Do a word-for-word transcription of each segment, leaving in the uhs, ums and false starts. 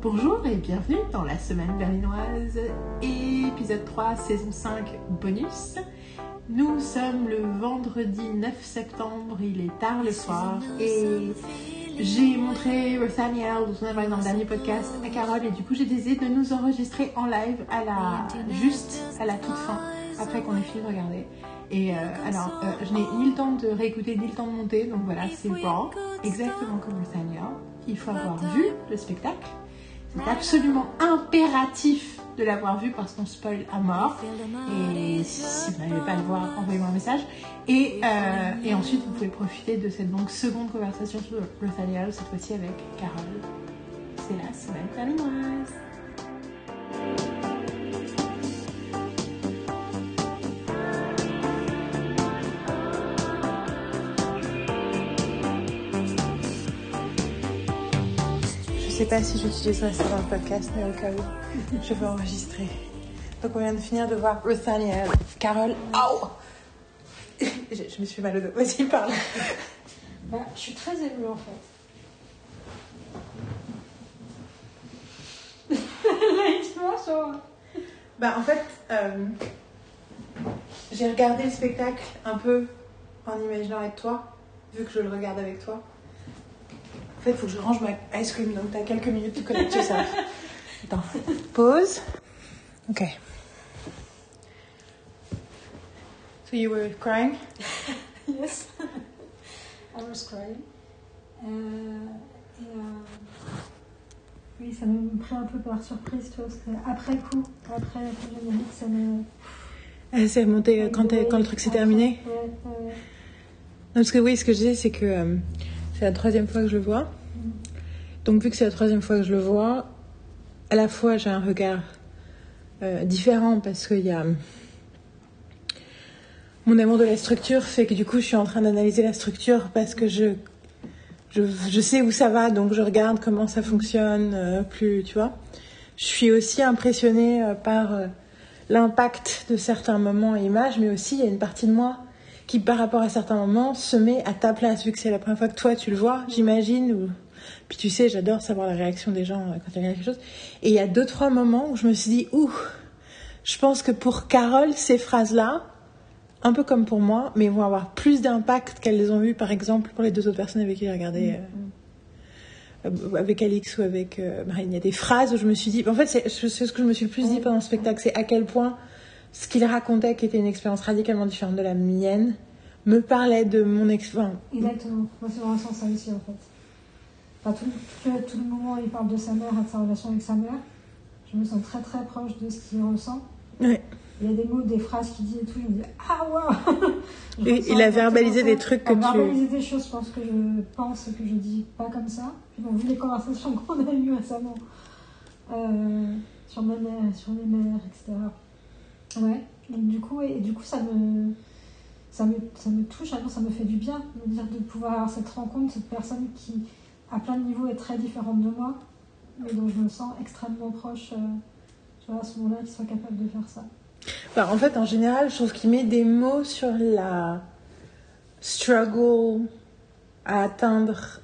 Bonjour et bienvenue dans la semaine berlinoise, épisode trois, saison cinq, bonus. Nous sommes le vendredi neuf septembre, il est tard le soir et j'ai montré Rothaniel, dont on a parlé dans le dernier podcast, à Carole, et du coup j'ai décidé de nous enregistrer en live à la, juste à la toute fin, après qu'on ait fini de regarder. Et euh, alors, euh, je n'ai ni le temps de réécouter ni le temps de monter, donc voilà, c'est bon, exactement comme Rothaniel. Il faut avoir vu le spectacle. C'est absolument impératif de l'avoir vu parce qu'on spoil à mort. Et si vous n'arrivez pas à le voir, envoyez-moi un message. Et, euh, et ensuite, vous pouvez profiter de cette donc, seconde conversation sur Rothaniel, cette fois-ci avec Carole. C'est la semaine berlinoise. Je ne sais pas si j'utiliserai ça dans le podcast, mais au cas où, je vais enregistrer. Donc on vient de finir de voir Rothaniel. Carole, aouh je, je me suis mal au dos. Vas-y, parle. Bah, je suis très émue en fait. Dis-moi ça. Bah en fait, euh, j'ai regardé le spectacle un peu en imaginant avec toi, vu que je le regarde avec toi. En fait, il faut que je range ma ice cream, donc t'as quelques minutes de connect yourself. Attends, pause. Ok. So you were crying? Yes. I was crying. Euh, et euh, oui, ça m'a pris un peu par surprise, tu vois, parce qu'après coup, après la générique, ça me... Elle s'est remontée quand, quand le truc s'est terminé? Ouais, ouais. Non, parce que oui, ce que je dis, c'est que euh, c'est la troisième fois que je le vois. Mm. Donc, vu que c'est la troisième fois que je le vois, à la fois, j'ai un regard euh, différent parce qu'il y a... Mon amour de la structure fait que du coup, je suis en train d'analyser la structure parce que je, je, je sais où ça va, donc je regarde comment ça fonctionne, euh, plus, tu vois. Je suis aussi impressionnée euh, par euh, l'impact de certains moments et images, mais aussi, il y a une partie de moi qui, par rapport à certains moments, se met à ta place, vu que c'est la première fois que toi, tu le vois, j'imagine. Ou... Puis tu sais, j'adore savoir la réaction des gens quand il y a quelque chose. Et il y a deux, trois moments où je me suis dit, ouh, je pense que pour Carole, ces phrases-là, un peu comme pour moi, mais vont avoir plus d'impact qu'elles les ont eu, par exemple, pour les deux autres personnes avec qui j'ai regardé, euh, euh, avec Alix ou avec euh, Marine. Il y a des phrases où je me suis dit... En fait, c'est, c'est ce que je me suis le plus dit pendant le spectacle, c'est à quel point ce qu'il racontait, qui était une expérience radicalement différente de la mienne, me parlait de mon expérience. Exactement. Moi, c'est vraiment ça aussi, en fait. Enfin, tout, tout, tout le moment où il parle de sa mère et de sa relation avec sa mère, je me sens très très proche de ce qu'il ressent. Ouais. Il y a des mots, des phrases qu'il dit et tout, je me dis ah waouh. Il a verbalisé des trucs que tu... Il a verbalisé des choses, je pense que je pense et que je dis pas comme ça. Puis bon, vu les conversations qu'on a eues récemment euh, sur ma mère, sur les mères, et cetera. Ouais. Donc du coup, et, et du coup, ça me, ça me, ça me touche. Alors ça me fait du bien de dire de pouvoir avoir cette rencontre, cette personne qui, à plein de niveaux, est très différente de moi, mais dont je me sens extrêmement proche. Euh, tu vois, à ce moment-là, qu'il soit capable de faire ça. Bah, en fait, en général, je trouve qu'il met des mots sur la struggle à atteindre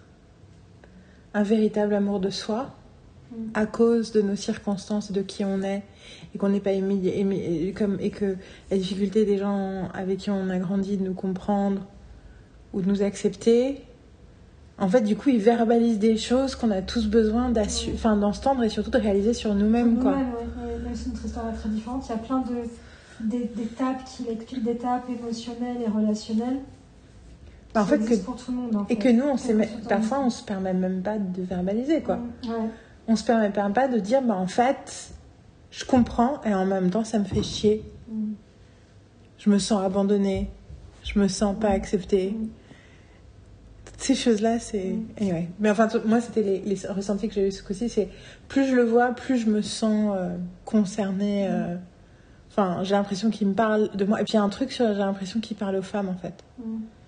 un véritable amour de soi mm. à cause de nos circonstances, de qui on est, et qu'on n'est pas aimé, aimé comme, et que la difficulté des gens avec qui on a grandi de nous comprendre ou de nous accepter, en fait, du coup, il verbalise des choses qu'on a tous besoin d'assu- ouais. enfin, d'entendre et surtout de réaliser sur nous-mêmes. Sur quoi. nous-mêmes, ouais. Même si notre histoire est très différente, il y a plein de, d'étapes qu'il explique, d'étapes émotionnelles et relationnelles. Bah, en fait, que, pour tout le monde, en et fait. que nous, on sait, parfois, on se permet même pas de verbaliser, quoi. Mmh, ouais. On se permet même pas de dire, bah, en fait, je comprends et en même temps, ça me fait chier. Mmh. Je me sens abandonnée. Je me sens mmh. pas acceptée. Mmh. Ces choses-là, c'est... Mmh. Anyway. Mais enfin, t- moi, c'était les, les ressentis que j'ai eu ce coup-ci. C'est plus je le vois, plus je me sens euh, concernée. Euh... Enfin, j'ai l'impression qu'il me parle de moi. Et puis, il y a un truc sur... J'ai l'impression qu'il parle aux femmes, en fait. Mmh.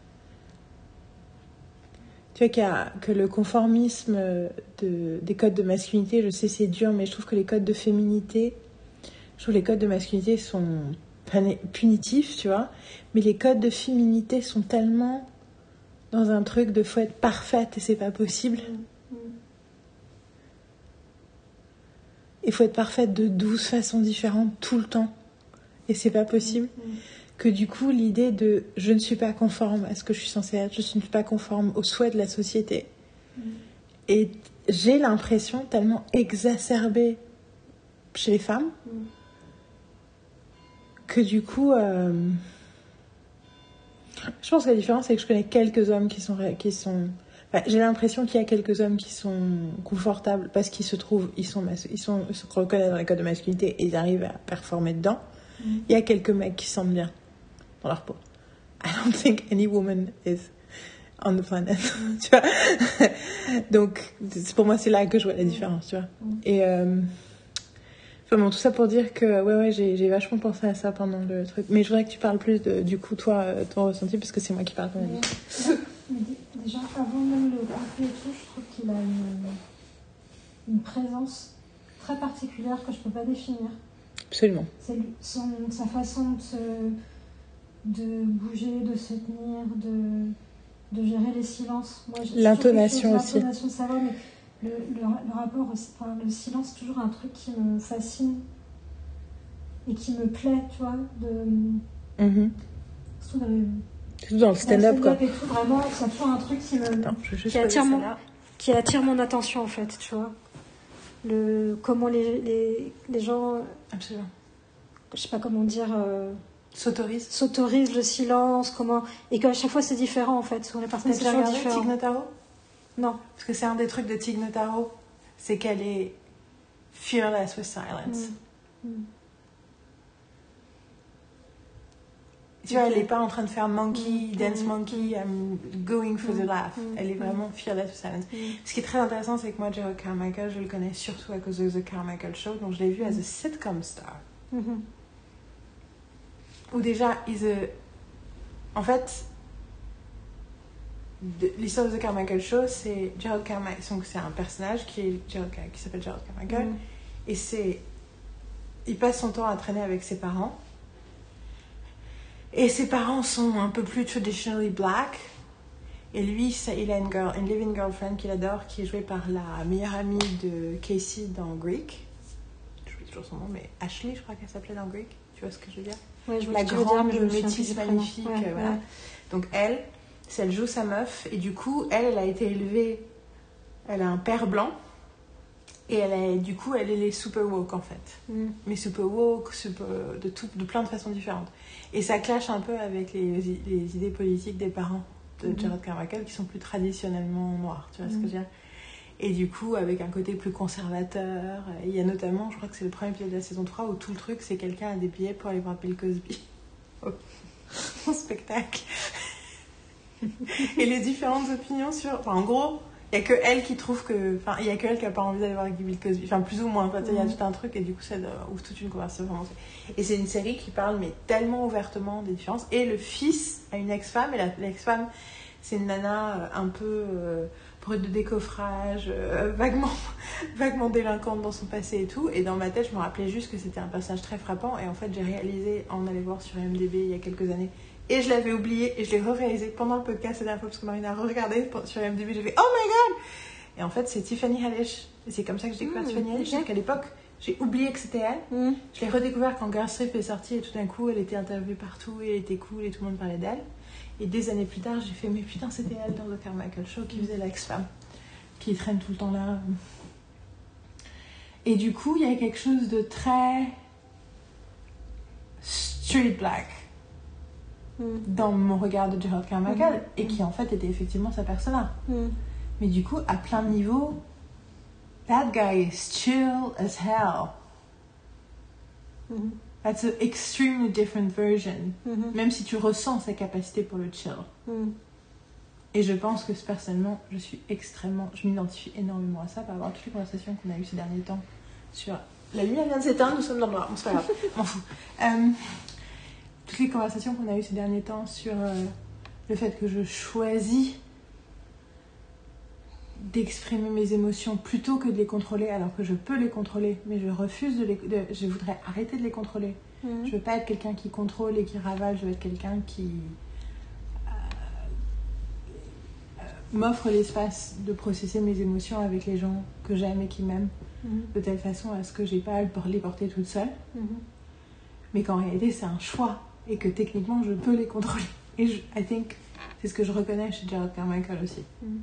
Tu vois qu'il y a, que le conformisme de, des codes de masculinité, je sais, c'est dur, mais je trouve que les codes de féminité... Je trouve que les codes de masculinité sont punitifs, tu vois. Mais les codes de féminité sont tellement... dans un truc de faut être parfaite et c'est pas possible. Mmh. il faut être parfaite de douze façons différentes tout le temps. Et c'est pas possible. Mmh. Que du coup, l'idée de je ne suis pas conforme à ce que je suis censée être, je ne suis pas conforme aux souhaits de la société. Mmh. Et j'ai l'impression tellement exacerbée chez les femmes mmh. que du coup, euh, je pense que la différence, c'est que je connais quelques hommes qui sont... Qui sont enfin, j'ai l'impression qu'il y a quelques hommes qui sont confortables parce qu'ils se trouvent, ils, sont, ils, sont, ils se reconnaissent dans les codes de masculinité et ils arrivent à performer dedans. Mmh. Il y a quelques mecs qui se sentent bien dans leur peau. I don't think any woman is on the planet. Mm. Tu vois. Donc, pour moi, c'est là que je vois la différence, tu vois. Mm. Et euh... enfin bon, tout ça pour dire que ouais, ouais, j'ai, j'ai vachement pensé à ça pendant le truc. Mais je voudrais que tu parles plus de, du coup, toi, ton ressenti, parce que c'est moi qui parle, comme on dit. Déjà, avant même le conflit et tout, je trouve qu'il a une, une présence très particulière que je peux pas définir. Absolument. C'est son, sa façon de, se, de bouger, de se tenir, de, de gérer les silences. Moi, l'intonation chose, aussi. L'intonation, ça va, mais le, le, le rapport, enfin, le silence, c'est toujours un truc qui me fascine et qui me plaît, tu vois. De, mm-hmm. Surtout dans, le, surtout dans le stand-up, stand-up quoi. Et tout, vraiment, c'est toujours un truc qui, me, Attends, qui, attire mon, qui attire mon attention, en fait, tu vois. Le, comment les, les, les gens... Absolument. Je sais pas comment dire... Euh, s'autorisent. S'autorisent le silence, comment... Et qu'à chaque fois, c'est différent, en fait. Sur les personnes, c'est toujours différent. Tig Notaro ? Non. Parce que c'est un des trucs de Tig Notaro, c'est qu'elle est fearless with silence. Mm. Mm. Tu vois, elle n'est pas en train de faire monkey, mm. dance monkey, I'm going for mm. the laugh. Mm. Elle est vraiment fearless with silence. Mm. Ce qui est très intéressant, c'est que moi, Jerrod Carmichael, je le connais surtout à cause de The Carmichael Show, donc je l'ai vu mm. as a sitcom star. Mm-hmm. Où déjà, is a... en fait, de... l'histoire de The Carmichael Show, c'est Jerrod Carmichael, donc c'est un personnage qui, est Jerrod... qui s'appelle Jerrod Carmichael, mm. et c'est... il passe son temps à traîner avec ses parents. Et ses parents sont un peu plus traditionally black. Et lui, ça, il a une, girl, une living girlfriend qu'il adore, qui est jouée par la meilleure amie de Casey dans Greek. Je oublie toujours son nom, mais Ashley, je crois qu'elle s'appelait dans Greek. Tu vois ce que je veux dire? Ouais, je la grande dire, métisse magnifique. Ouais, voilà. Ouais. Donc elle, c'est, elle joue sa meuf. Et du coup, elle, elle a été élevée... Elle a un père blanc. Et elle est, du coup, elle est super woke, en fait. Mm. Mais super woke, super, de, tout, de plein de façons différentes. Et ça clash un peu avec les, les idées politiques des parents de mm. Jerrod Carmichael, qui sont plus traditionnellement noirs, tu vois mm. ce que je veux dire. Et du coup, avec un côté plus conservateur. Il y a notamment, je crois que c'est le premier épisode de la saison trois, où tout le truc, c'est quelqu'un a des billets pour aller voir Bill Cosby au spectacle. Et les différentes opinions sur... Enfin, en gros... Il n'y a que elle qui trouve que... Enfin, il n'y a que elle qui n'a pas envie d'aller voir Bill Cosby. Enfin, plus ou moins. Il y a tout un truc et du coup, ça ouvre toute une conversation. Et c'est une série qui parle, mais tellement ouvertement des différences. Et le fils a une ex-femme. Et la, l'ex-femme, c'est une nana un peu euh, brute de décoffrage, euh, vaguement, vaguement délinquante dans son passé et tout. Et dans ma tête, je me rappelais juste que c'était un personnage très frappant. Et en fait, j'ai réalisé, en allant voir sur I M D B il y a quelques années... Et je l'avais oublié et je l'ai re-réalisé pendant le podcast la dernière fois parce que Marine a re-regardé sur I M D B. J'ai fait « Oh my God !» Et en fait, c'est Tiffany Haddish. Et c'est comme ça que j'ai découvert mmh, Tiffany Haddish. Okay. Parce qu'à l'époque, j'ai oublié que c'était elle. Mmh. Je l'ai redécouvert quand Girls Trip est sorti et tout d'un coup, elle était interviewée partout et elle était cool et tout le monde parlait d'elle. Et des années plus tard, j'ai fait « Mais putain, c'était elle dans The Carmichael Show qui faisait l'ex-femme, qui traîne tout le temps là. » Et du coup, il y a quelque chose de très street black dans mon regard de Jerrod Carmichael mm. et qui en fait était effectivement sa persona. Mm. Mais du coup, à plein de niveaux, that guy is chill as hell. Mm. That's an extremely different version. Mm-hmm. Même si tu ressens sa capacité pour le chill. Mm. Et je pense que personnellement, je suis extrêmement... Je m'identifie énormément à ça par rapport à toutes les conversations qu'on a eues ces derniers temps sur... La lumière vient de s'éteindre, nous sommes dans le noir. Bon, c'est pas grave, m'en fous. Um, toutes les conversations qu'on a eues ces derniers temps sur euh, le fait que je choisis d'exprimer mes émotions plutôt que de les contrôler, alors que je peux les contrôler, mais je refuse de les... De, je voudrais arrêter de les contrôler. Mmh. Je veux pas être quelqu'un qui contrôle et qui ravale, je veux être quelqu'un qui... Euh, euh, m'offre l'espace de processer mes émotions avec les gens que j'aime et qui m'aiment, Mhm. de telle façon à ce que j'ai pas à les porter toute seule. Mhm. Mais qu'en réalité, c'est un choix et que techniquement, je peux les contrôler. Et je, I think, c'est ce que je reconnais chez Jared Carmichael aussi. Mhm.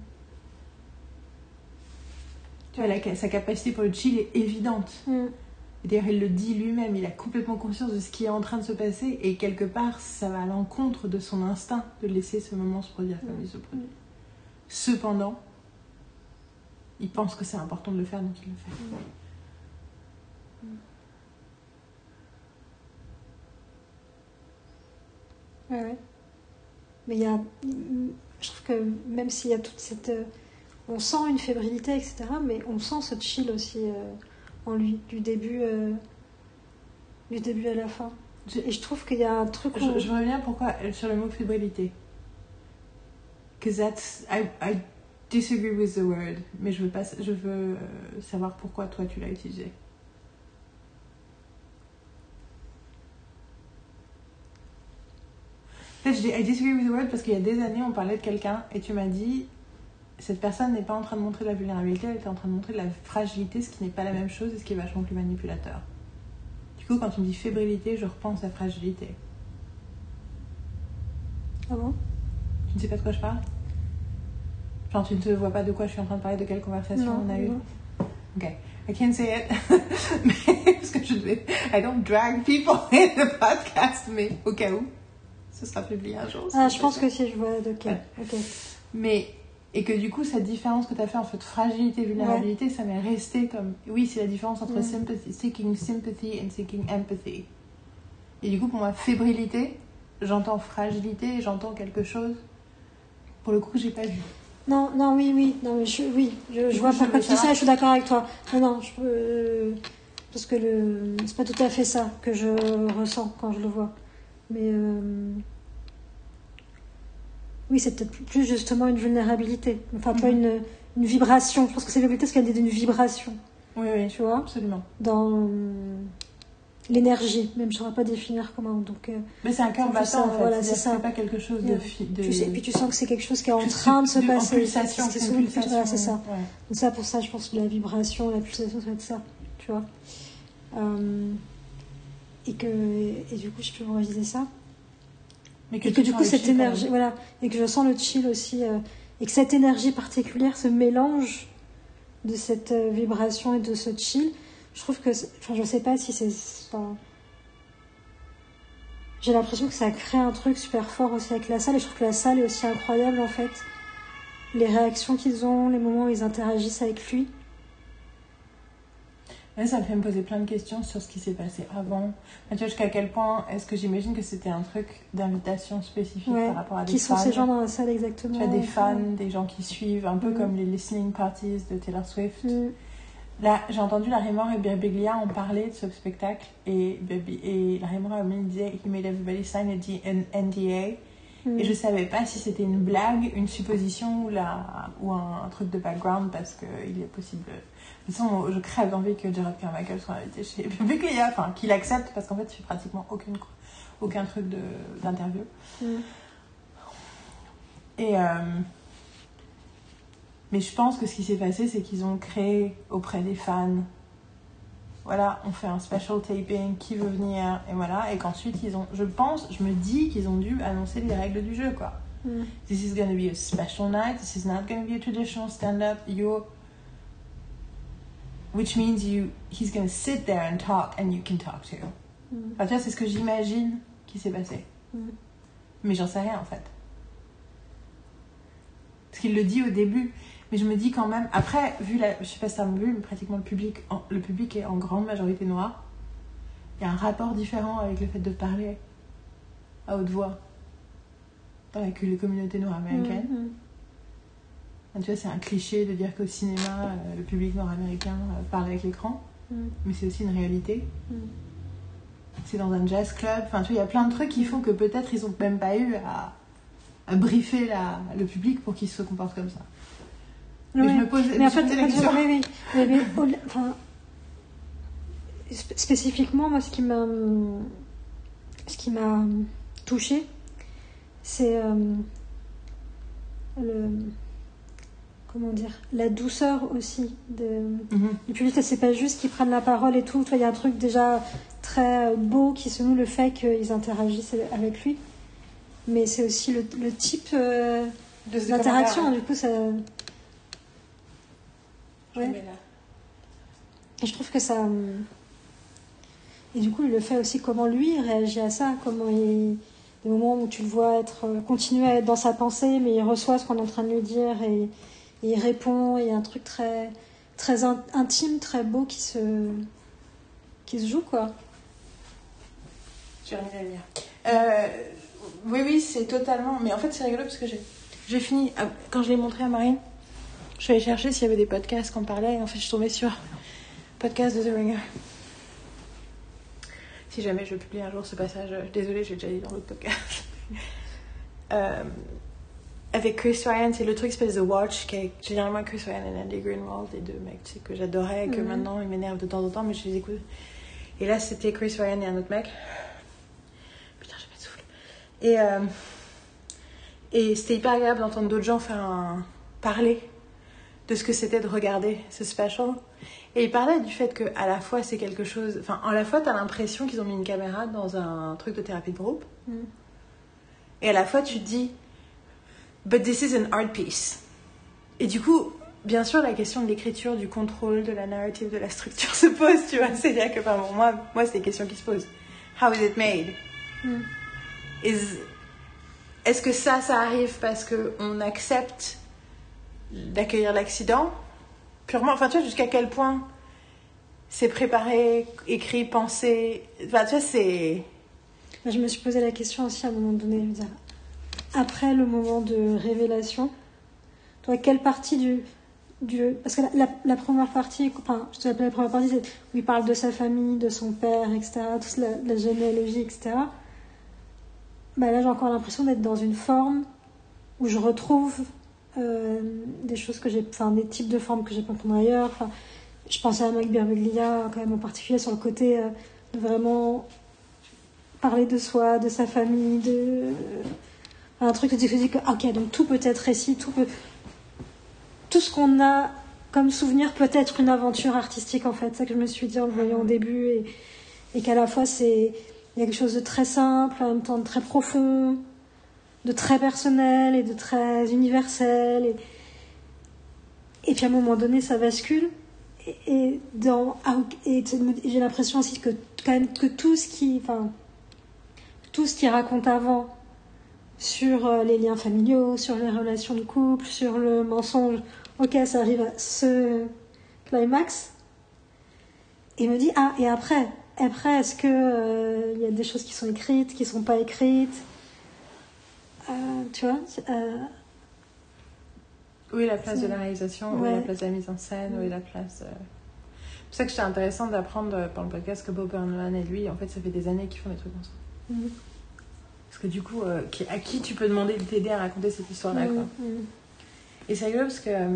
Tu vois, la, sa capacité pour le chill est évidente. Mhm. Et d'ailleurs, il le dit lui-même, il a complètement conscience de ce qui est en train de se passer et quelque part, ça va à l'encontre de son instinct de laisser ce moment se produire comme Mhm. il se produit. Cependant, il pense que c'est important de le faire, donc il le fait. Ouais, ouais. Mais il y a. Je trouve que même s'il y a toute cette. euh, On sent une fébrilité, et cetera. Mais on sent ce chill aussi euh, en lui, du début, euh, du début à la fin. Je- Et je trouve qu'il y a un truc où. Je, je reviens pourquoi sur le mot fébrilité. Because that's I, I disagree with the word, mais je veux pas, je veux euh, savoir pourquoi toi tu l'as utilisé. En fait, je dis I disagree with the word parce qu'il y a des années on parlait de quelqu'un et tu m'as dit cette personne n'est pas en train de montrer de la vulnérabilité, elle était en train de montrer de la fragilité, ce qui n'est pas la même chose et ce qui est vachement plus manipulateur. Du coup, quand tu me dis fébrilité, je repense à fragilité. Ah bon? Tu ne sais pas de quoi je parle? Genre, tu ne te vois pas de quoi je suis en train de parler, de quelle conversation Non, on a eu? non. Ok, I can't say it. Mais, parce que je vais... I don't drag people in the podcast, mais au cas où, ce sera publié un jour. Ah, je pense que si je vois de quel. Ouais. Ok. Mais, et que du coup, cette différence que tu as fait entre fragilité et vulnérabilité, ça m'est resté comme... Oui, c'est la différence entre Mm. sympathy, seeking sympathy and seeking empathy. Et du coup, pour moi, fébrilité, j'entends fragilité et j'entends quelque chose, pour le coup, que j'ai pas vu. Non, non, oui, oui. Non, mais je, oui, je, je Du vois coup, je pourquoi veux tu dis ça, savoir- je suis d'accord avec toi. Non, non, je, euh, parce que le, c'est pas tout à fait ça que je ressens quand je le vois. Mais euh, oui, c'est peut-être plus justement une vulnérabilité. Enfin, pas Mhm. une, une vibration. Je pense que c'est vulnérabilité parce qu'il y a une vibration, Oui, oui, tu vois, absolument. dans l'énergie. Même je ne saurais pas définir comment. Donc, euh, Mais c'est un cœur C'est plus battant, ça, en fait. voilà, C'est-à-dire c'est que ça. c'est pas quelque chose de... Yeah. fi- de... tu sais, et puis tu sens que c'est quelque chose qui est en Plus- train de se de- en passer. pulsation, C'est c'est souvent une une pulsation, voilà, c'est ça. ouais. Donc ça, pour ça, je pense que la vibration, la pulsation, ça va être ça, tu vois. Euh, et que, et du coup, je peux vous réaliser ça. Mais Et que tu du sens coup, le cette chill, quand énergie, même. voilà, et que je sens le chill aussi, euh, et que cette énergie particulière, ce mélange de cette euh, vibration et de ce chill, je trouve que, c'est- enfin, je sais pas si c'est, enfin, j'ai l'impression que ça crée un truc super fort aussi avec la salle, et je trouve que la salle est aussi incroyable en fait. Les réactions qu'ils ont, les moments où ils interagissent avec lui. Là, ça me fait me poser plein de questions sur ce qui s'est passé avant. Tu vois, jusqu'à quel point est-ce que j'imagine que c'était un truc d'invitation spécifique Ouais. par rapport à des Qui sont fans. ces gens dans la salle exactement? Tu as des fans, Ouais. des gens qui suivent, un peu Mm. comme les listening parties de Taylor Swift. Mm. Là, j'ai entendu Larry Moore et Birbiglia en parler de ce spectacle et, Birbi- et Larry Moore me disait he made everybody sign a D- an N D A Mm. et je savais pas si c'était une blague, une supposition ou, la, ou un, un truc de background parce qu'il est possible. De toute façon, je crève d'envie que Jared Carmichael soit invité chez Birbiglia, enfin qu'il accepte parce qu'en fait il fait pratiquement aucune, aucun truc de, d'interview. Mm. Et euh, mais je pense que ce qui s'est passé, c'est qu'ils ont créé auprès des fans, voilà, on fait un special taping, qui veut venir, et voilà, et qu'ensuite ils ont, je pense, je me dis qu'ils ont dû annoncer les règles du jeu, quoi. Mm. This is gonna be a special night, this is not gonna be a traditional stand-up, you're, which means you, he's gonna sit there and talk, and you can talk to. Mm. Enfin, tu vois, c'est ce que j'imagine qui s'est passé. Mm. Mais j'en sais rien, en fait. Parce qu'il le dit au début. Mais je me dis quand même, après, vu la, je sais pas si t'as vu, mais pratiquement le public, en, le public est en grande majorité noir. Il y a un rapport différent avec le fait de parler à haute voix dans la les communautés nord-américaines. Mm. Enfin, tu vois, c'est un cliché de dire qu'au cinéma, euh, le public nord-américain euh, parle avec l'écran, Mm. mais c'est aussi une réalité. Mm. C'est dans un jazz club. Enfin, tu vois, il y a plein de trucs qui font que peut-être ils ont même pas eu à, à briefer la, le public pour qu'il se comporte comme ça. Mais Ouais. je me pose Mais en je me fait, posais la en fait, question. oui, oui. Mais, mais, au- enfin, sp- spécifiquement, moi, ce qui m'a, ce qui m'a touchée, c'est euh, le, comment dire, la douceur aussi de, Mm-hmm. du public. C'est pas juste qu'ils prennent la parole et tout. Il y a un truc déjà très beau qui se noue, le fait qu'ils interagissent avec lui. Mais c'est aussi le, le type euh, De ce d'interaction. commentaire. Du coup, ça. Je Ouais. le mets là. Et je trouve que ça. Et du coup, il le fait aussi comment lui réagit à ça, comment il. Des moments où tu le vois être, continuer à être dans sa pensée, mais il reçoit ce qu'on est en train de lui dire et, et il répond. Il y a un truc très, très in- intime, très beau qui se, qui se joue, quoi. J'ai remis la lumière. Euh, oui, oui, c'est totalement. Mais en fait, c'est rigolo parce que j'ai, j'ai fini. Quand je l'ai montré à Marine, je suis allée chercher s'il y avait des podcasts qui en parlaient. Et en fait, je suis tombée sur podcast de The Ringer. Si jamais je publie un jour ce passage, désolée, j'ai déjà dit dans l'autre podcast. euh, avec Chris Ryan, c'est le truc qui s'appelle The Watch, qui est généralement Chris Ryan et Andy Greenwald, les deux mecs tu sais, que j'adorais, et que mm-hmm. maintenant ils m'énervent de temps en temps, mais je les écoute. Et là, c'était Chris Ryan et un autre mec. Putain, j'ai pas de souffle. Et, euh, et c'était hyper agréable d'entendre d'autres gens faire un... parler de ce que c'était de regarder ce special. Et il parlait du fait que à la fois c'est quelque chose, enfin à la fois t'as l'impression qu'ils ont mis une caméra dans un truc de thérapie de groupe, mm. et à la fois tu te dis but this is an art piece. Et du coup, bien sûr, la question de l'écriture, du contrôle, de la narrative, de la structure se pose, tu vois. C'est bien que enfin, pour moi, moi c'est des questions qui se posent. How is it made? Mm. Is... Est-ce que ça, ça arrive parce que on accepte d'accueillir l'accident? Purement, enfin tu vois, jusqu'à quel point c'est préparé, écrit, pensé, enfin tu vois, c'est... Je me suis posé la question aussi à un moment donné, je veux dire, après le moment de révélation, toi, quelle partie du... du... Parce que la, la, la première partie, enfin, je te rappelle la première partie, c'est où il parle de sa famille, de son père, et cetera, toute la, la généalogie, et cetera. Bah là, j'ai encore l'impression d'être dans une forme où je retrouve euh, des choses que j'ai... Enfin, des types de formes que j'ai pas entendues ailleurs, enfin... Je pensais à Mike Birbiglia, quand même en particulier, sur le côté euh, de vraiment parler de soi, de sa famille, de... Un truc où tu te dis que, ok, donc tout peut être récit, tout peut... Tout ce qu'on a comme souvenir peut être une aventure artistique, en fait. C'est ça que je me suis dit en le voyant au début. Et, et qu'à la fois, c'est... Il y a quelque chose de très simple, en même temps de très profond, de très personnel et de très universel. Et, et puis à un moment donné, ça bascule. Et, dans, et j'ai l'impression aussi que, quand même, que tout ce qui, enfin, tout ce qu'il raconte avant sur les liens familiaux, sur les relations de couple, sur le mensonge, ok, ça arrive à ce climax, et il me dit, ah, et après, après, est-ce que euh, y a des choses qui sont écrites, qui sont pas écrites, euh, tu vois euh, où est la place c'est... de la réalisation, ouais. où est la place de la mise en scène, mmh. où est la place... Euh... C'est pour ça que c'était intéressant d'apprendre pendant le podcast que Bo Burnham et lui, en fait, ça fait des années qu'ils font des trucs ensemble. Mmh. Parce que du coup, euh, à qui tu peux demander de t'aider à raconter cette histoire-là, mmh. quoi. Mmh. Et c'est rigolo parce que... Euh...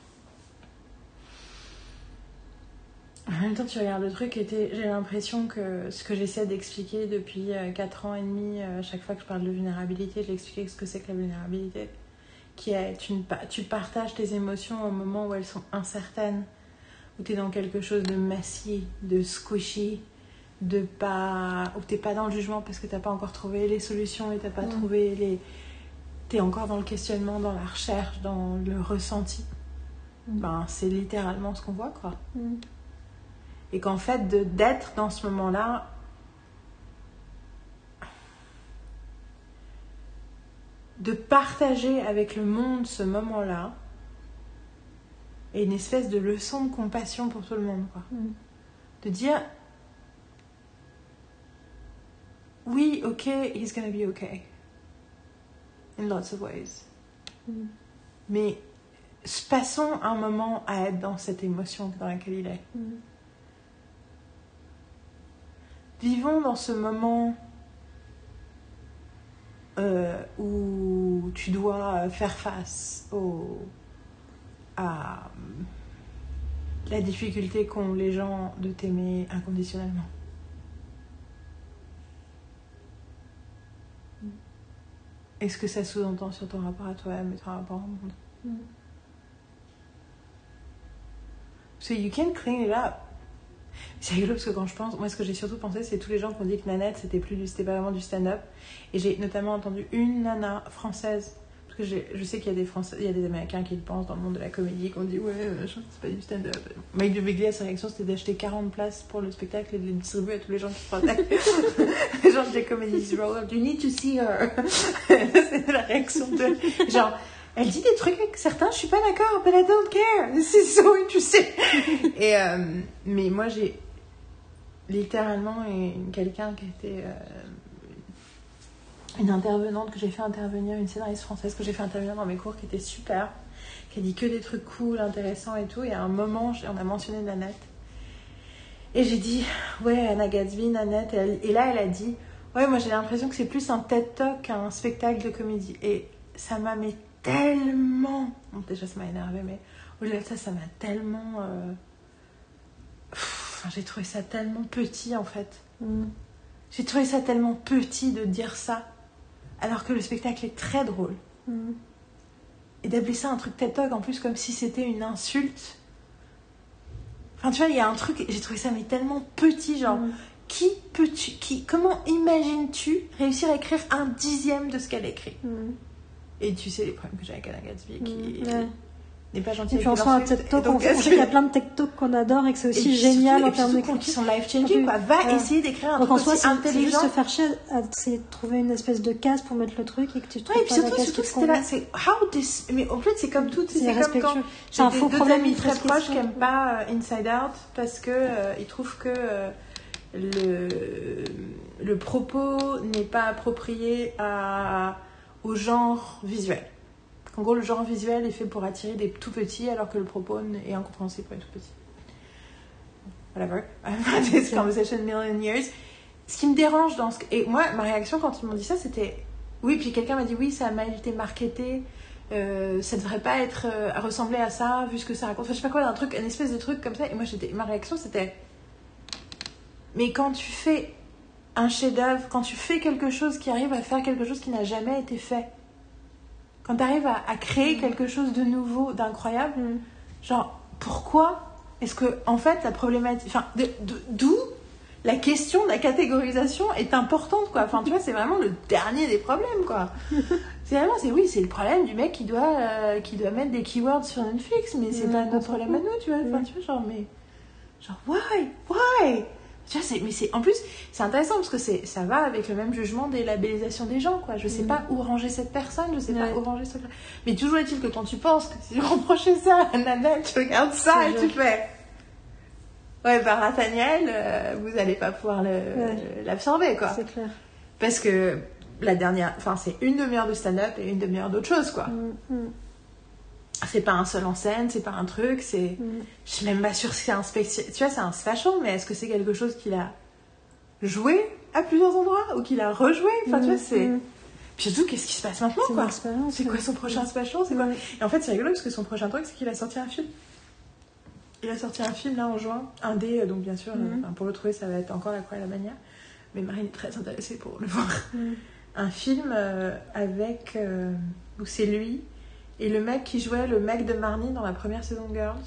En même temps, tu regardes le truc et j'ai l'impression que ce que j'essaie d'expliquer depuis quatre ans et demi, à chaque fois que je parle de vulnérabilité, j'ai expliqué ce que c'est que la vulnérabilité. Qui est, tu, tu partages tes émotions au moment où elles sont incertaines, où tu es dans quelque chose de massif, de squishy, de pas, où tu n'es pas dans le jugement parce que tu n'as pas encore trouvé les solutions et tu n'as pas mmh. trouvé les... Tu es encore dans le questionnement, dans la recherche, dans le ressenti. Mmh. Ben, c'est littéralement ce qu'on voit, quoi. Mmh. Et qu'en fait, de, d'être dans ce moment-là, de partager avec le monde ce moment-là, et une espèce de leçon de compassion pour tout le monde, quoi. Mm. De dire, oui, ok, he's gonna be okay. In lots of ways. Mm. Mais passons un moment à être dans cette émotion dans laquelle il est. Mm. Vivons dans ce moment euh, où tu dois faire face au... à la difficulté qu'ont les gens de t'aimer inconditionnellement. Et ce que ça sous-entend sur ton rapport à toi-même et ton rapport au monde. Mm. So you can clean it up. C'est rigolo parce que quand je pense, moi ce que j'ai surtout pensé, c'est tous les gens qui ont dit que Nanette c'était plus du, c'était pas vraiment du stand-up. Et j'ai notamment entendu une nana française, parce que j'ai, je sais qu'il y a des Français, il y a des Américains qui le pensent dans le monde de la comédie, qui ont dit ouais, euh, c'est pas du stand-up. Mike de Beglia, sa réaction c'était d'acheter quarante places pour le spectacle et de les distribuer à tous les gens qui se croisaient. Les gens de la comédie, roll up, you need to see her. C'est la réaction de genre. Elle dit des trucs avec certains, je suis pas d'accord, but I don't care. This is so interesting. Et euh, mais moi j'ai littéralement une, quelqu'un qui était euh, une intervenante que j'ai fait intervenir, une scénariste française que j'ai fait intervenir dans mes cours, qui était super, qui a dit que des trucs cool, intéressants et tout. Et à un moment, on a mentionné Nanette. Et j'ai dit, ouais, Anna Gatsby, Nanette. Et, elle, et là, elle a dit, ouais, moi j'ai l'impression que c'est plus un TED Talk qu'un spectacle de comédie. Et ça m'a mis tellement... Bon, déjà, ça m'a énervé, mais au-delà de ça, ça m'a tellement... Euh... Pff, j'ai trouvé ça tellement petit, en fait. Mm. J'ai trouvé ça tellement petit de dire ça, alors que le spectacle est très drôle. Mm. Et d'appeler ça un truc TED Talk, en plus, comme si c'était une insulte. Enfin, tu vois, il y a un truc... J'ai trouvé ça mais tellement petit, genre... Mm. Qui peux-tu... Qui, comment imagines-tu réussir à écrire un dixième de ce qu'elle écrit? Mm. Et tu sais les problèmes que j'ai avec Anna Gatsby, qui mmh, ouais. n'est pas gentille. Et puis on sent un TED Talk, on sait qu'il y a plein de TED Talk qu'on adore et que c'est aussi et génial surtout, en termes d'écriture. Qui sont life-changing, quoi. Va ouais. essayer d'écrire un donc truc en soi, aussi c'est, intelligent. C'est juste se faire chier à essayer de trouver une espèce de case pour mettre le truc et que tu trouves ouais, et pas surtout, la case surtout qui te c'était là, c'est how this... Mais en fait, c'est comme tout, c'est, c'est comme quand j'ai un faux deux problème amis très proches qui n'aiment pas euh, Inside Out parce que euh, ils trouvent que euh, le le propos n'est pas approprié à au genre visuel. En gros, le genre visuel est fait pour attirer des tout petits, alors que le propos est incompréhensible pour les tout petits. Whatever. I've had this conversation a million years. Ce qui me dérange dans ce... Et moi, ma réaction quand ils m'ont dit ça, c'était... Oui, puis quelqu'un m'a dit, oui, ça a mal été marketé, euh, ça ne devrait pas être euh, ressembler à ça, vu ce que ça raconte. Enfin, je sais pas quoi, un truc, une espèce de truc comme ça. Et moi, j'étais... ma réaction, c'était... Mais quand tu fais un chef-d'œuvre, quand tu fais quelque chose qui arrive à faire quelque chose qui n'a jamais été fait, quand tu arrives à, à créer mmh. quelque chose de nouveau, d'incroyable, mmh. genre, pourquoi est-ce que, en fait, la problématique... Enfin, de, de, d'où la question de la catégorisation est importante, quoi. Enfin, tu vois, c'est vraiment le dernier des problèmes, quoi. C'est vraiment, c'est oui, c'est le problème du mec qui doit, euh, qui doit mettre des keywords sur Netflix, mais c'est mmh, pas notre problème à nous, tu vois. Enfin, mmh. tu vois, genre, mais... Genre, why? Why? Tu vois, c'est, mais c'est, en plus, c'est intéressant parce que c'est, ça va avec le même jugement des labellisations des gens, quoi. Je sais mmh. pas où ranger cette personne, je sais ouais. pas où ranger ce... Mais toujours est-il que quand tu penses que si tu reprochais ça à Nanette, tu regardes ça c'est et vrai. Tu fais... Ouais, bah, Nathaniel, euh, vous allez pas pouvoir le, ouais. l'absorber, quoi. C'est clair. Parce que la dernière... Enfin, c'est une demi-heure de stand-up et une demi-heure d'autre chose, quoi. Mmh. C'est pas un seul en scène, c'est pas un truc, c'est... Mm. Je suis même pas sûre que c'est un spectacle... Tu vois, c'est un special, mais est-ce que c'est quelque chose qu'il a joué à plusieurs endroits ou qu'il a rejoué? Enfin, mm. tu vois, c'est... Mm. Puis surtout, qu'est-ce qui se passe maintenant, c'est quoi? C'est quoi son prochain special? C'est quoi? Et en fait, c'est rigolo parce que son prochain truc, c'est qu'il a sorti un film. Il a sorti un film, là, en juin. Un dé, donc bien sûr, mm. euh, pour le trouver, ça va être encore la croix et la bannière. Mais Marine est très intéressée pour le voir. Mm. Un film euh, avec... Euh, où c'est lui... Et le mec qui jouait le mec de Marnie dans la première saison de Girls.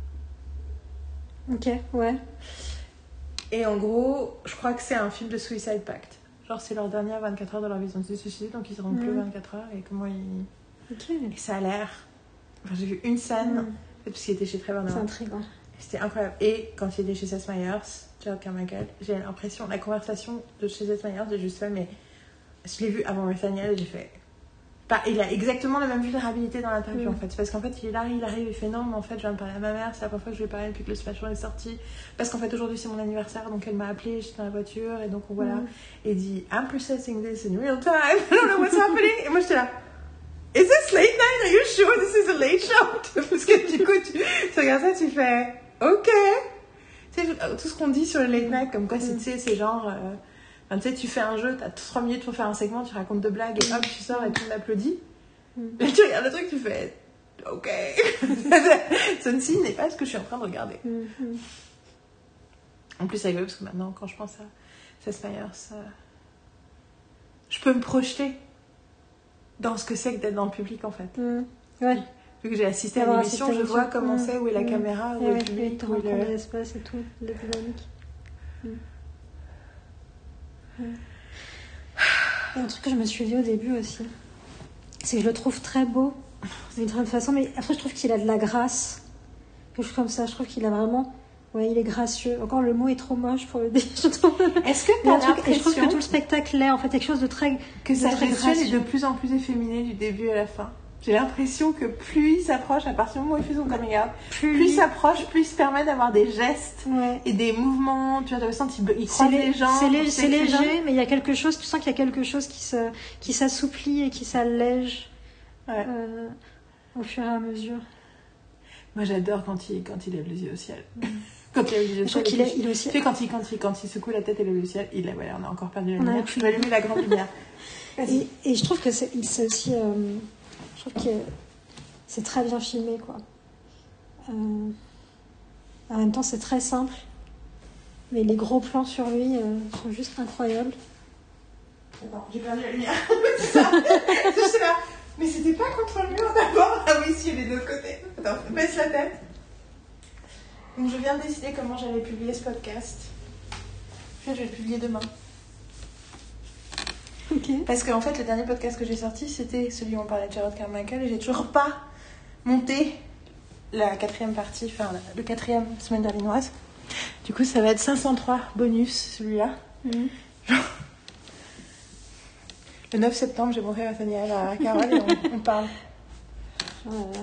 Ok, ouais. Et en gros, je crois que c'est un film de Suicide Pact. Genre, c'est leur dernière vingt-quatre heures de leur vie. Ils ont été suicidés, donc ils seront mmh. plus vingt-quatre heures. Et comment ils... Ok. Et ça a l'air... Enfin, j'ai vu une scène, mmh. parce qu'il était chez Trevor Noah. C'est intriguant. C'était incroyable. Et quand il était chez Seth Meyers, Gerald Carmichael, j'ai l'impression... La conversation de chez Seth Meyers, j'ai juste fait, mais... Je l'ai vu avant Nathaniel et j'ai fait... Bah, il a exactement la même vulnérabilité dans l'interview, mmh. en fait. Parce qu'en fait, il arrive, il arrive, il fait non, mais en fait, je viens de parler à ma mère, c'est la première fois que je lui ai parlé depuis que le special est sorti. Parce qu'en fait, aujourd'hui, c'est mon anniversaire, donc elle m'a appelé, j'étais dans la voiture, et donc voilà. Mmh. Et il dit, I'm processing this in real time, I don't know what's happening. Et moi, j'étais là, is this late night? Are you sure this is a late show? Parce que du coup, tu, tu regardes ça, tu fais, ok. Tu sais, tout ce qu'on dit sur le late night, comme quoi, c'est, tu sais, c'est genre. Euh, Enfin, tu sais, tu fais un jeu, t'as trois minutes pour faire un segment, tu racontes deux blagues et hop, tu sors et tout le monde applaudit. Mm. Et tu regardes le truc, tu fais ok. Ceci n'est pas ce que je suis en train de regarder. Mm. En plus, c'est rigolo parce que maintenant, quand je pense à Seth Meyers, ça... je peux me projeter dans ce que c'est que d'être dans le public en fait. Mm. Ouais. Vu que j'ai assisté à D'avoir l'émission, assisté à je vois l'émission. comment Mmh. c'est, où est la Mmh. caméra, où Et est ouais, le public, et où est reprendre le... l'espace et tout, la dynamique. Mmh. Mmh. Et un truc que je me suis dit au début aussi, c'est que je le trouve très beau, d'une certaine façon, mais après je trouve qu'il a de la grâce. Quelque chose comme ça, je trouve qu'il a vraiment... Ouais, il est gracieux. Encore, le mot est trop moche pour le dire, je trouve. Est-ce que Mais t'as un truc- et je trouve que l'impression tout le spectacle l'est, en fait, quelque chose de très... que de sa très gestuelle est gracieux. de plus en plus efféminée du début à la fin? J'ai l'impression que plus il s'approche, à partir du moment où il fait son coming out, Plus, plus il s'approche, plus il se permet d'avoir des gestes Ouais. et des mouvements. Tu vois, t'as le sens qu'il il C'est croise lé- les gens. c'est lé- il c'est fait que les gens- léger, mais il y a quelque chose, tu sens qu'il y a quelque chose qui se, qui s'assouplit et qui s'allège Ouais. euh, au fur et à mesure. Moi, j'adore quand il, quand il lève les yeux au ciel. Quand il lève les yeux au Je trouve ciel. qu'il et est, puis- il est aussi. Tu sais, quand il, quand, il, quand il secoue la tête et lève le ciel, il a, voilà, on a encore perdu la On a lumière. plus Je vais allumer la grande lumière. Vas-y. Et, et je trouve que c'est, c'est aussi, euh, je trouve que c'est très bien filmé, quoi. Euh, en même temps, c'est très simple, mais les gros plans sur lui euh, sont juste incroyables. Attends, j'ai perdu la lumière. C'est ça. Je sais là. Mais c'était pas contre le mur d'abord. Ah oui, si, il est de l'autre côté. Attends, baisse la tête. Donc, je viens de décider comment j'allais publier ce podcast. Je vais le publier demain. Ok. Parce qu'en fait, le dernier podcast que j'ai sorti, c'était celui où on parlait de Jarrod Carmichael et j'ai toujours pas monté la quatrième partie, enfin le quatrième semaine berlinoise. Du coup, ça va être cinq cent trois bonus, celui-là. Mmh. Le neuf septembre, j'ai montré Nathaniel à Carole et on, on parle. Voilà.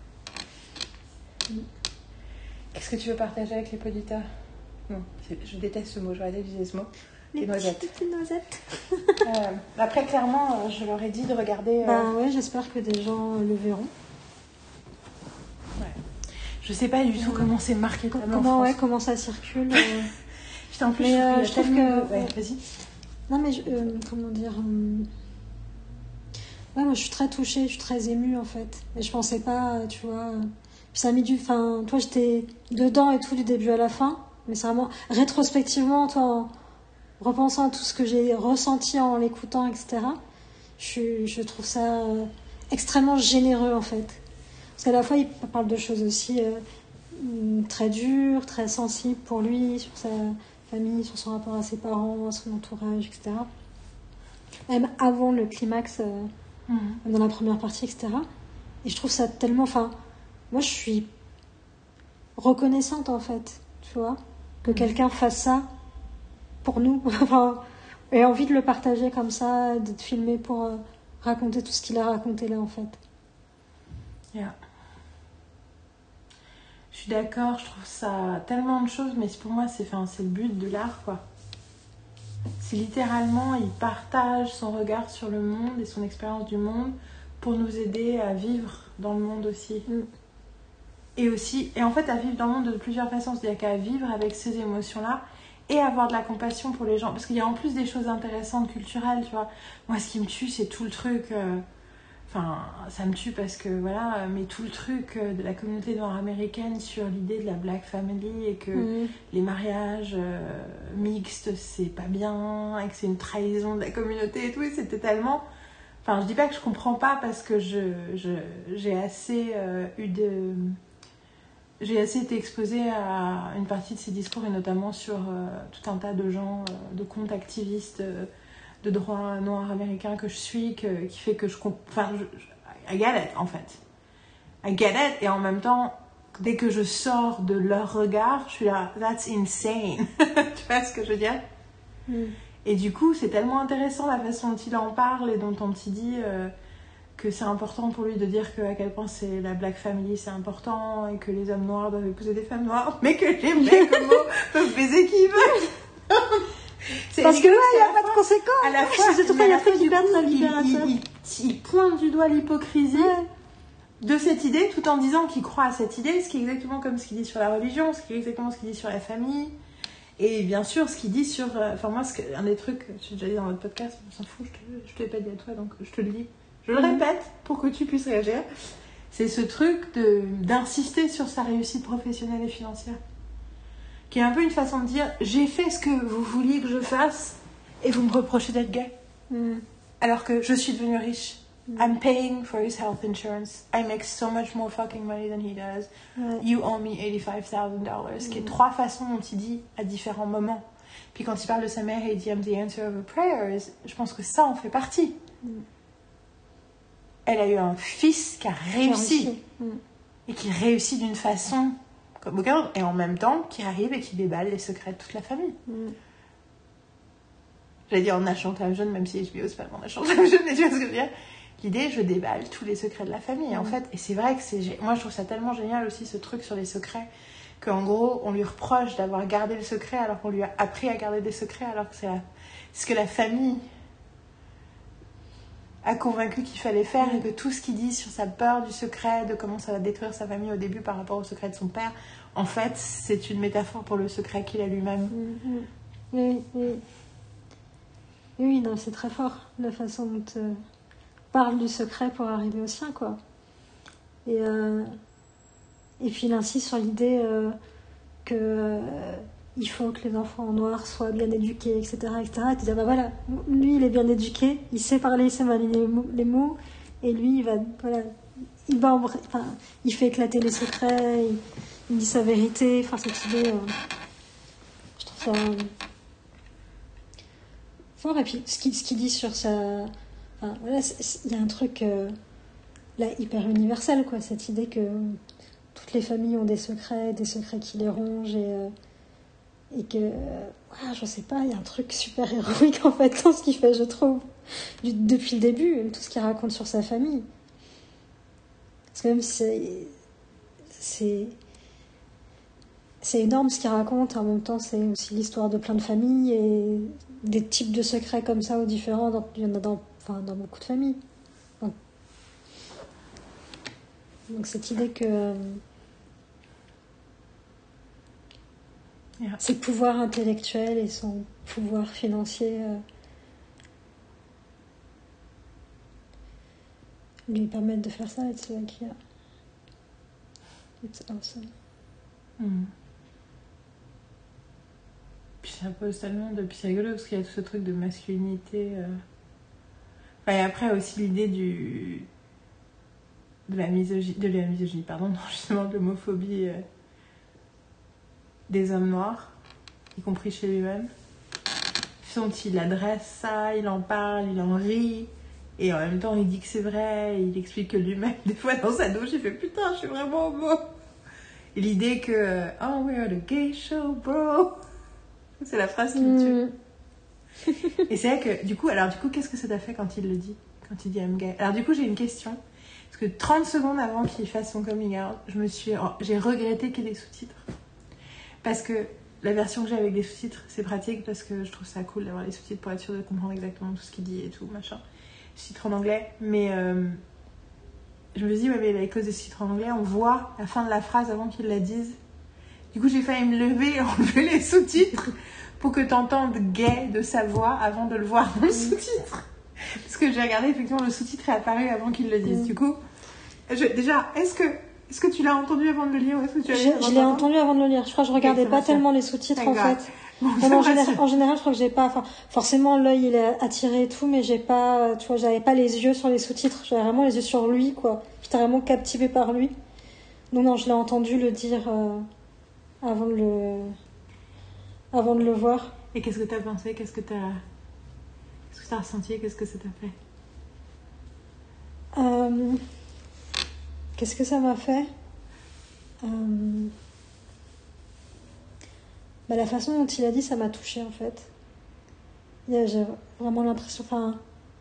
Qu'est-ce que tu veux partager avec les auditeurs? Non, c'est- je déteste ce mot, j'aurais dû utiliser ce mot. Les noisettes. petites noisettes. Euh, après, clairement, euh, je leur ai dit de regarder. Euh... Ben ouais, j'espère que des gens le verront. Ouais. Je sais pas du tout Ouais. comment c'est marqué. en Comment, France. ouais, comment ça circule. euh. Putain, en plus, Mais, je, euh, trouve je trouve qu'il y a tellement que- de- Ouais, vas-y. Non, mais je- euh, comment dire euh, Ouais, moi je suis très touchée, je suis très émue en fait. Et je pensais pas, euh, tu vois. euh, Puis ça a mis du. Enfin, toi j'étais dedans et tout du début à la fin. Mais c'est vraiment rétrospectivement, toi, en repensant à tout ce que j'ai ressenti en l'écoutant, et cetera. Je, je trouve ça euh, extrêmement généreux en fait. Parce qu'à la fois il parle de choses aussi euh, très dures, très sensibles pour lui, sur sa famille, sur son rapport à ses parents, à son entourage, et cetera. Même avant le climax, euh, Mmh. même dans la première partie, et cetera. Et je trouve ça tellement... Enfin, moi, je suis reconnaissante, en fait, tu vois, que Mmh. quelqu'un quelqu'un fasse ça pour nous. Enfin, et envie de le partager comme ça, d'être filmé pour euh, raconter tout ce qu'il a raconté là, en fait. Yeah. Je suis d'accord, je trouve ça tellement de choses, mais pour moi, c'est, enfin, c'est le but de l'art, quoi. C'est littéralement, il partage son regard sur le monde et son expérience du monde pour nous aider à vivre dans le monde aussi. Mm. Et aussi, et en fait, à vivre dans le monde de plusieurs façons, c'est-à-dire qu'à vivre avec ces émotions-là et avoir de la compassion pour les gens. Parce qu'il y a en plus des choses intéressantes, culturelles, tu vois. Moi, ce qui me tue, c'est tout le truc... euh, Enfin, ça me tue parce que, voilà, mais tout le truc de la communauté noire américaine sur l'idée de la black family et que Mm. les mariages euh, mixtes, c'est pas bien, et que c'est une trahison de la communauté et tout, et c'était tellement... Enfin, je dis pas que je comprends pas parce que je, je, j'ai assez euh, eu de... J'ai assez été exposée à une partie de ces discours, et notamment sur euh, tout un tas de gens, euh, de comptes activistes... Euh, de droit noir américain que je suis, que, qui fait que je comprends... Enfin, je, je, I get it, en fait. I get it, et en même temps, dès que je sors de leur regard, je suis là, that's insane. Tu vois ce que je veux dire? Mm. Et du coup, c'est tellement intéressant la façon dont il en parle et dont on t'y dit euh, que c'est important pour lui de dire que, à quel point c'est la black family, c'est important, et que les hommes noirs doivent épouser des femmes noires, mais que les mecs homo peuvent baiser qui ils veulent. C'est Parce que là, il n'y a à la pas de fois- conséquences. À la fois, C'est tout mais il y à a la fois, fait du qui perdent coup, sa il, libération. il, il, il pointe du doigt l'hypocrisie de cette idée, tout en disant qu'il croit à cette idée, ce qui est exactement comme ce qu'il dit sur la religion, ce qui est exactement ce qu'il dit sur la famille, et bien sûr ce qu'il dit sur... Enfin moi, ce que, un des trucs, j'ai déjà dit dans votre podcast, on s'en fout, je te, je te l'ai pas dit à toi, donc je te le dis. Je le répète pour que tu puisses réagir. C'est ce truc de, d'insister sur sa réussite professionnelle et financière. Qui est un peu une façon de dire, j'ai fait ce que vous vouliez que je fasse, et vous me reprochez d'être gay. Mm. Alors que je suis devenue riche. Mm. I'm paying for his health insurance. I make so much more fucking money than he does. Ouais. You owe me eighty-five thousand dollars. Ce qui est Mm. trois façons dont il dit à différents moments. Puis quand il parle de sa mère et il dit I'm the answer of her prayers, je pense que ça en fait partie. Mm. Elle a eu un fils qui a réussi. Qui a réussi. Mm. Et qui réussit d'une façon comme aucun, et en même temps qui arrive et qui déballe les secrets de toute la famille. Mm. J'allais dire en National Time Jeune, même si H B O c'est pas mon National Time Jeune, mais tu vois ce que je veux dire. L'idée, je déballe tous les secrets de la famille, mm. en fait. Et c'est vrai que c'est... Moi, je trouve ça tellement génial aussi, ce truc sur les secrets, qu'en gros, on lui reproche d'avoir gardé le secret alors qu'on lui a appris à garder des secrets, alors que c'est la... ce que la famille a convaincu qu'il fallait faire, mm. et que tout ce qu'il dit sur sa peur du secret, de comment ça va détruire sa famille au début par rapport au secret de son père, en fait, c'est une métaphore pour le secret qu'il a lui-même. Mm. Oui, oui. Oui, non, c'est très fort, la façon dont euh, parle du secret pour arriver au sien, quoi. Et, euh, et puis il insiste sur l'idée euh, que euh, il faut que les enfants en noir soient bien éduqués, et cetera, et cetera. Et tu dis, bah voilà, lui, il est bien éduqué, il sait parler, il sait manier les mots, les mots, et lui, il va, voilà, il va, enfin, il fait éclater les secrets, il, il dit sa vérité, enfin, cette idée, euh, je trouve ça... Euh, fort. Et puis ce qu'il, ce qu'il dit sur sa, enfin, voilà, il y a un truc euh, là hyper universel, quoi, cette idée que toutes les familles ont des secrets, des secrets qui les rongent, et euh, et que euh, ah, je sais pas, il y a un truc super héroïque en fait dans ce qu'il fait, je trouve, du, depuis le début, tout ce qu'il raconte sur sa famille, parce que même si c'est c'est c'est énorme ce qu'il raconte, en même temps c'est aussi l'histoire de plein de familles et des types de secrets comme ça ou différents, dans, il y en a dans, enfin, dans beaucoup de familles. Donc, donc cette idée que euh, yeah. ses pouvoirs intellectuels et son pouvoir financier euh, lui permettent de faire ça, it's like, yeah. It's awesome. Mm. Puis ça pose tellement de... Puis c'est rigolo parce qu'il y a tout ce truc de masculinité. Euh... Enfin, et après aussi l'idée du... de la misogynie, de la misogynie, pardon, non, justement de l'homophobie euh... des hommes noirs, y compris chez lui-même. Dont il adresse ça, il en parle, il en rit, et en même temps il dit que c'est vrai, il explique que lui-même, des fois dans sa douche, il fait putain, je suis vraiment homo. Et l'idée que oh, we are the gay show, bro. C'est la phrase qui me tue. Mm. Et c'est vrai que, du coup, alors du coup, qu'est-ce que ça t'a fait quand il le dit, quand il dit I'm gay? Alors du coup, j'ai une question. Parce que trente secondes avant qu'il fasse son coming out, je me suis, j'ai regretté qu'il y ait des sous-titres. Parce que la version que j'ai avec des sous-titres, c'est pratique parce que je trouve ça cool d'avoir les sous-titres pour être sûr de comprendre exactement tout ce qu'il dit et tout, machin. Sous-titres en anglais. Mais euh, je me dis, ouais, mais à cause des sous-titres en anglais, on voit la fin de la phrase avant qu'il la dise. Du coup, j'ai failli me lever et enlever les sous-titres pour que tu entendes gay de sa voix avant de le voir dans le sous-titre. Parce que j'ai regardé, effectivement, le sous-titre est apparu avant qu'il le dise. Mm. Du coup, je, déjà, est-ce que, est-ce que tu l'as entendu avant de le lire ou est-ce que tu l'as Je, je l'ai entendu avant de le lire. Je crois que je regardais okay, pas tellement les sous-titres, en fait. Bon, en, général, en général, je crois que j'ai pas... Enfin, forcément, l'œil, il est attiré et tout, mais j'ai pas... Tu vois, j'avais pas les yeux sur les sous-titres. J'avais vraiment les yeux sur lui, quoi. J'étais vraiment captivée par lui. Non, non, je l'ai entendu le dire... Euh... avant de le avant de le voir. Et qu'est-ce que t'as pensé? Qu'est-ce que t'as qu'est-ce que t'as ressenti? Qu'est-ce que ça t'a fait? euh... Qu'est-ce que ça m'a fait? euh... bah, la façon dont il a dit, ça m'a touchée, en fait. J'ai vraiment l'impression, enfin,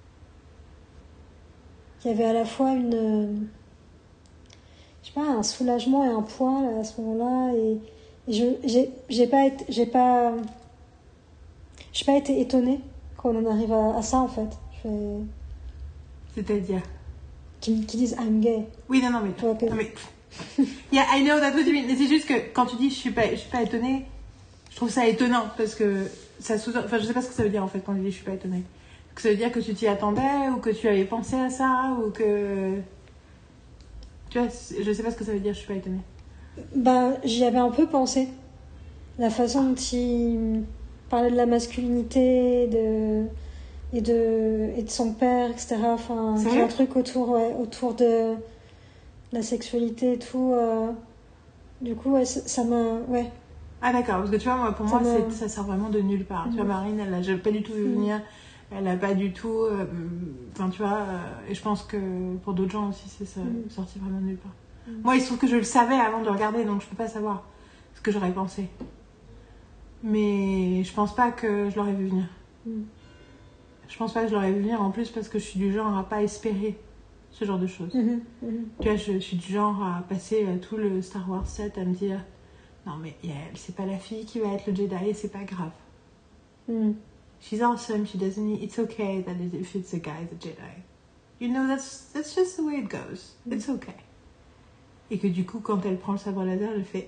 il y avait à la fois une, je sais pas, un soulagement et un poids là, à ce moment-là, et Et je j'ai j'ai pas été j'ai pas j'ai pas été étonnée qu'on en arrive à, à ça, en fait. Je fais... C'est-à-dire qui qui disent I'm gay. Oui, non non mais toi, que... non, mais yeah, I know that what you mean. Mais c'est juste que quand tu dis je suis pas je suis pas étonnée, je trouve ça étonnant parce que ça sous enfin je sais pas ce que ça veut dire en fait quand tu dis je suis pas étonnée. Que ça veut dire que tu t'y attendais ou que tu avais pensé à ça ou que tu vois, je sais pas ce que ça veut dire je suis pas étonnée. Bah, j'y avais un peu pensé. La façon dont il parlait de la masculinité, de, et de, et de son père, et cetera. Enfin, C'est tout vrai un truc autour, ouais, autour de la sexualité et tout. Euh, du coup, ouais, ça, ça m'a... Ouais. Ah d'accord, parce que tu vois, moi, pour Ça moi, m'a- c'est, ça sort vraiment de nulle part. Mhm. Tu vois, Marine, elle l'a pas du tout vu Mhm. venir. Elle a pas du tout... euh, Enfin, tu vois, euh, et je pense que pour d'autres gens aussi, c'est ça, Mhm. sorti vraiment de nulle part. Mhm. Moi, il se trouve que je le savais avant de le regarder, donc je peux pas savoir ce que j'aurais pensé. Mais je pense pas que je l'aurais vu venir. Mhm. Je pense pas que je l'aurais vu venir, en plus, parce que je suis du genre à pas espérer ce genre de choses. Mhm. Mhm. Tu vois, je suis du genre à passer euh, tout le Star Wars sept à me dire non, mais yeah, c'est pas la fille qui va être le Jedi et c'est pas grave. Mhm. She's awesome, she doesn't need... It's okay that if it's a guy, the Jedi. You know, that's, that's just the way it goes. It's okay. Et que du coup, quand elle prend le sabre laser, elle fait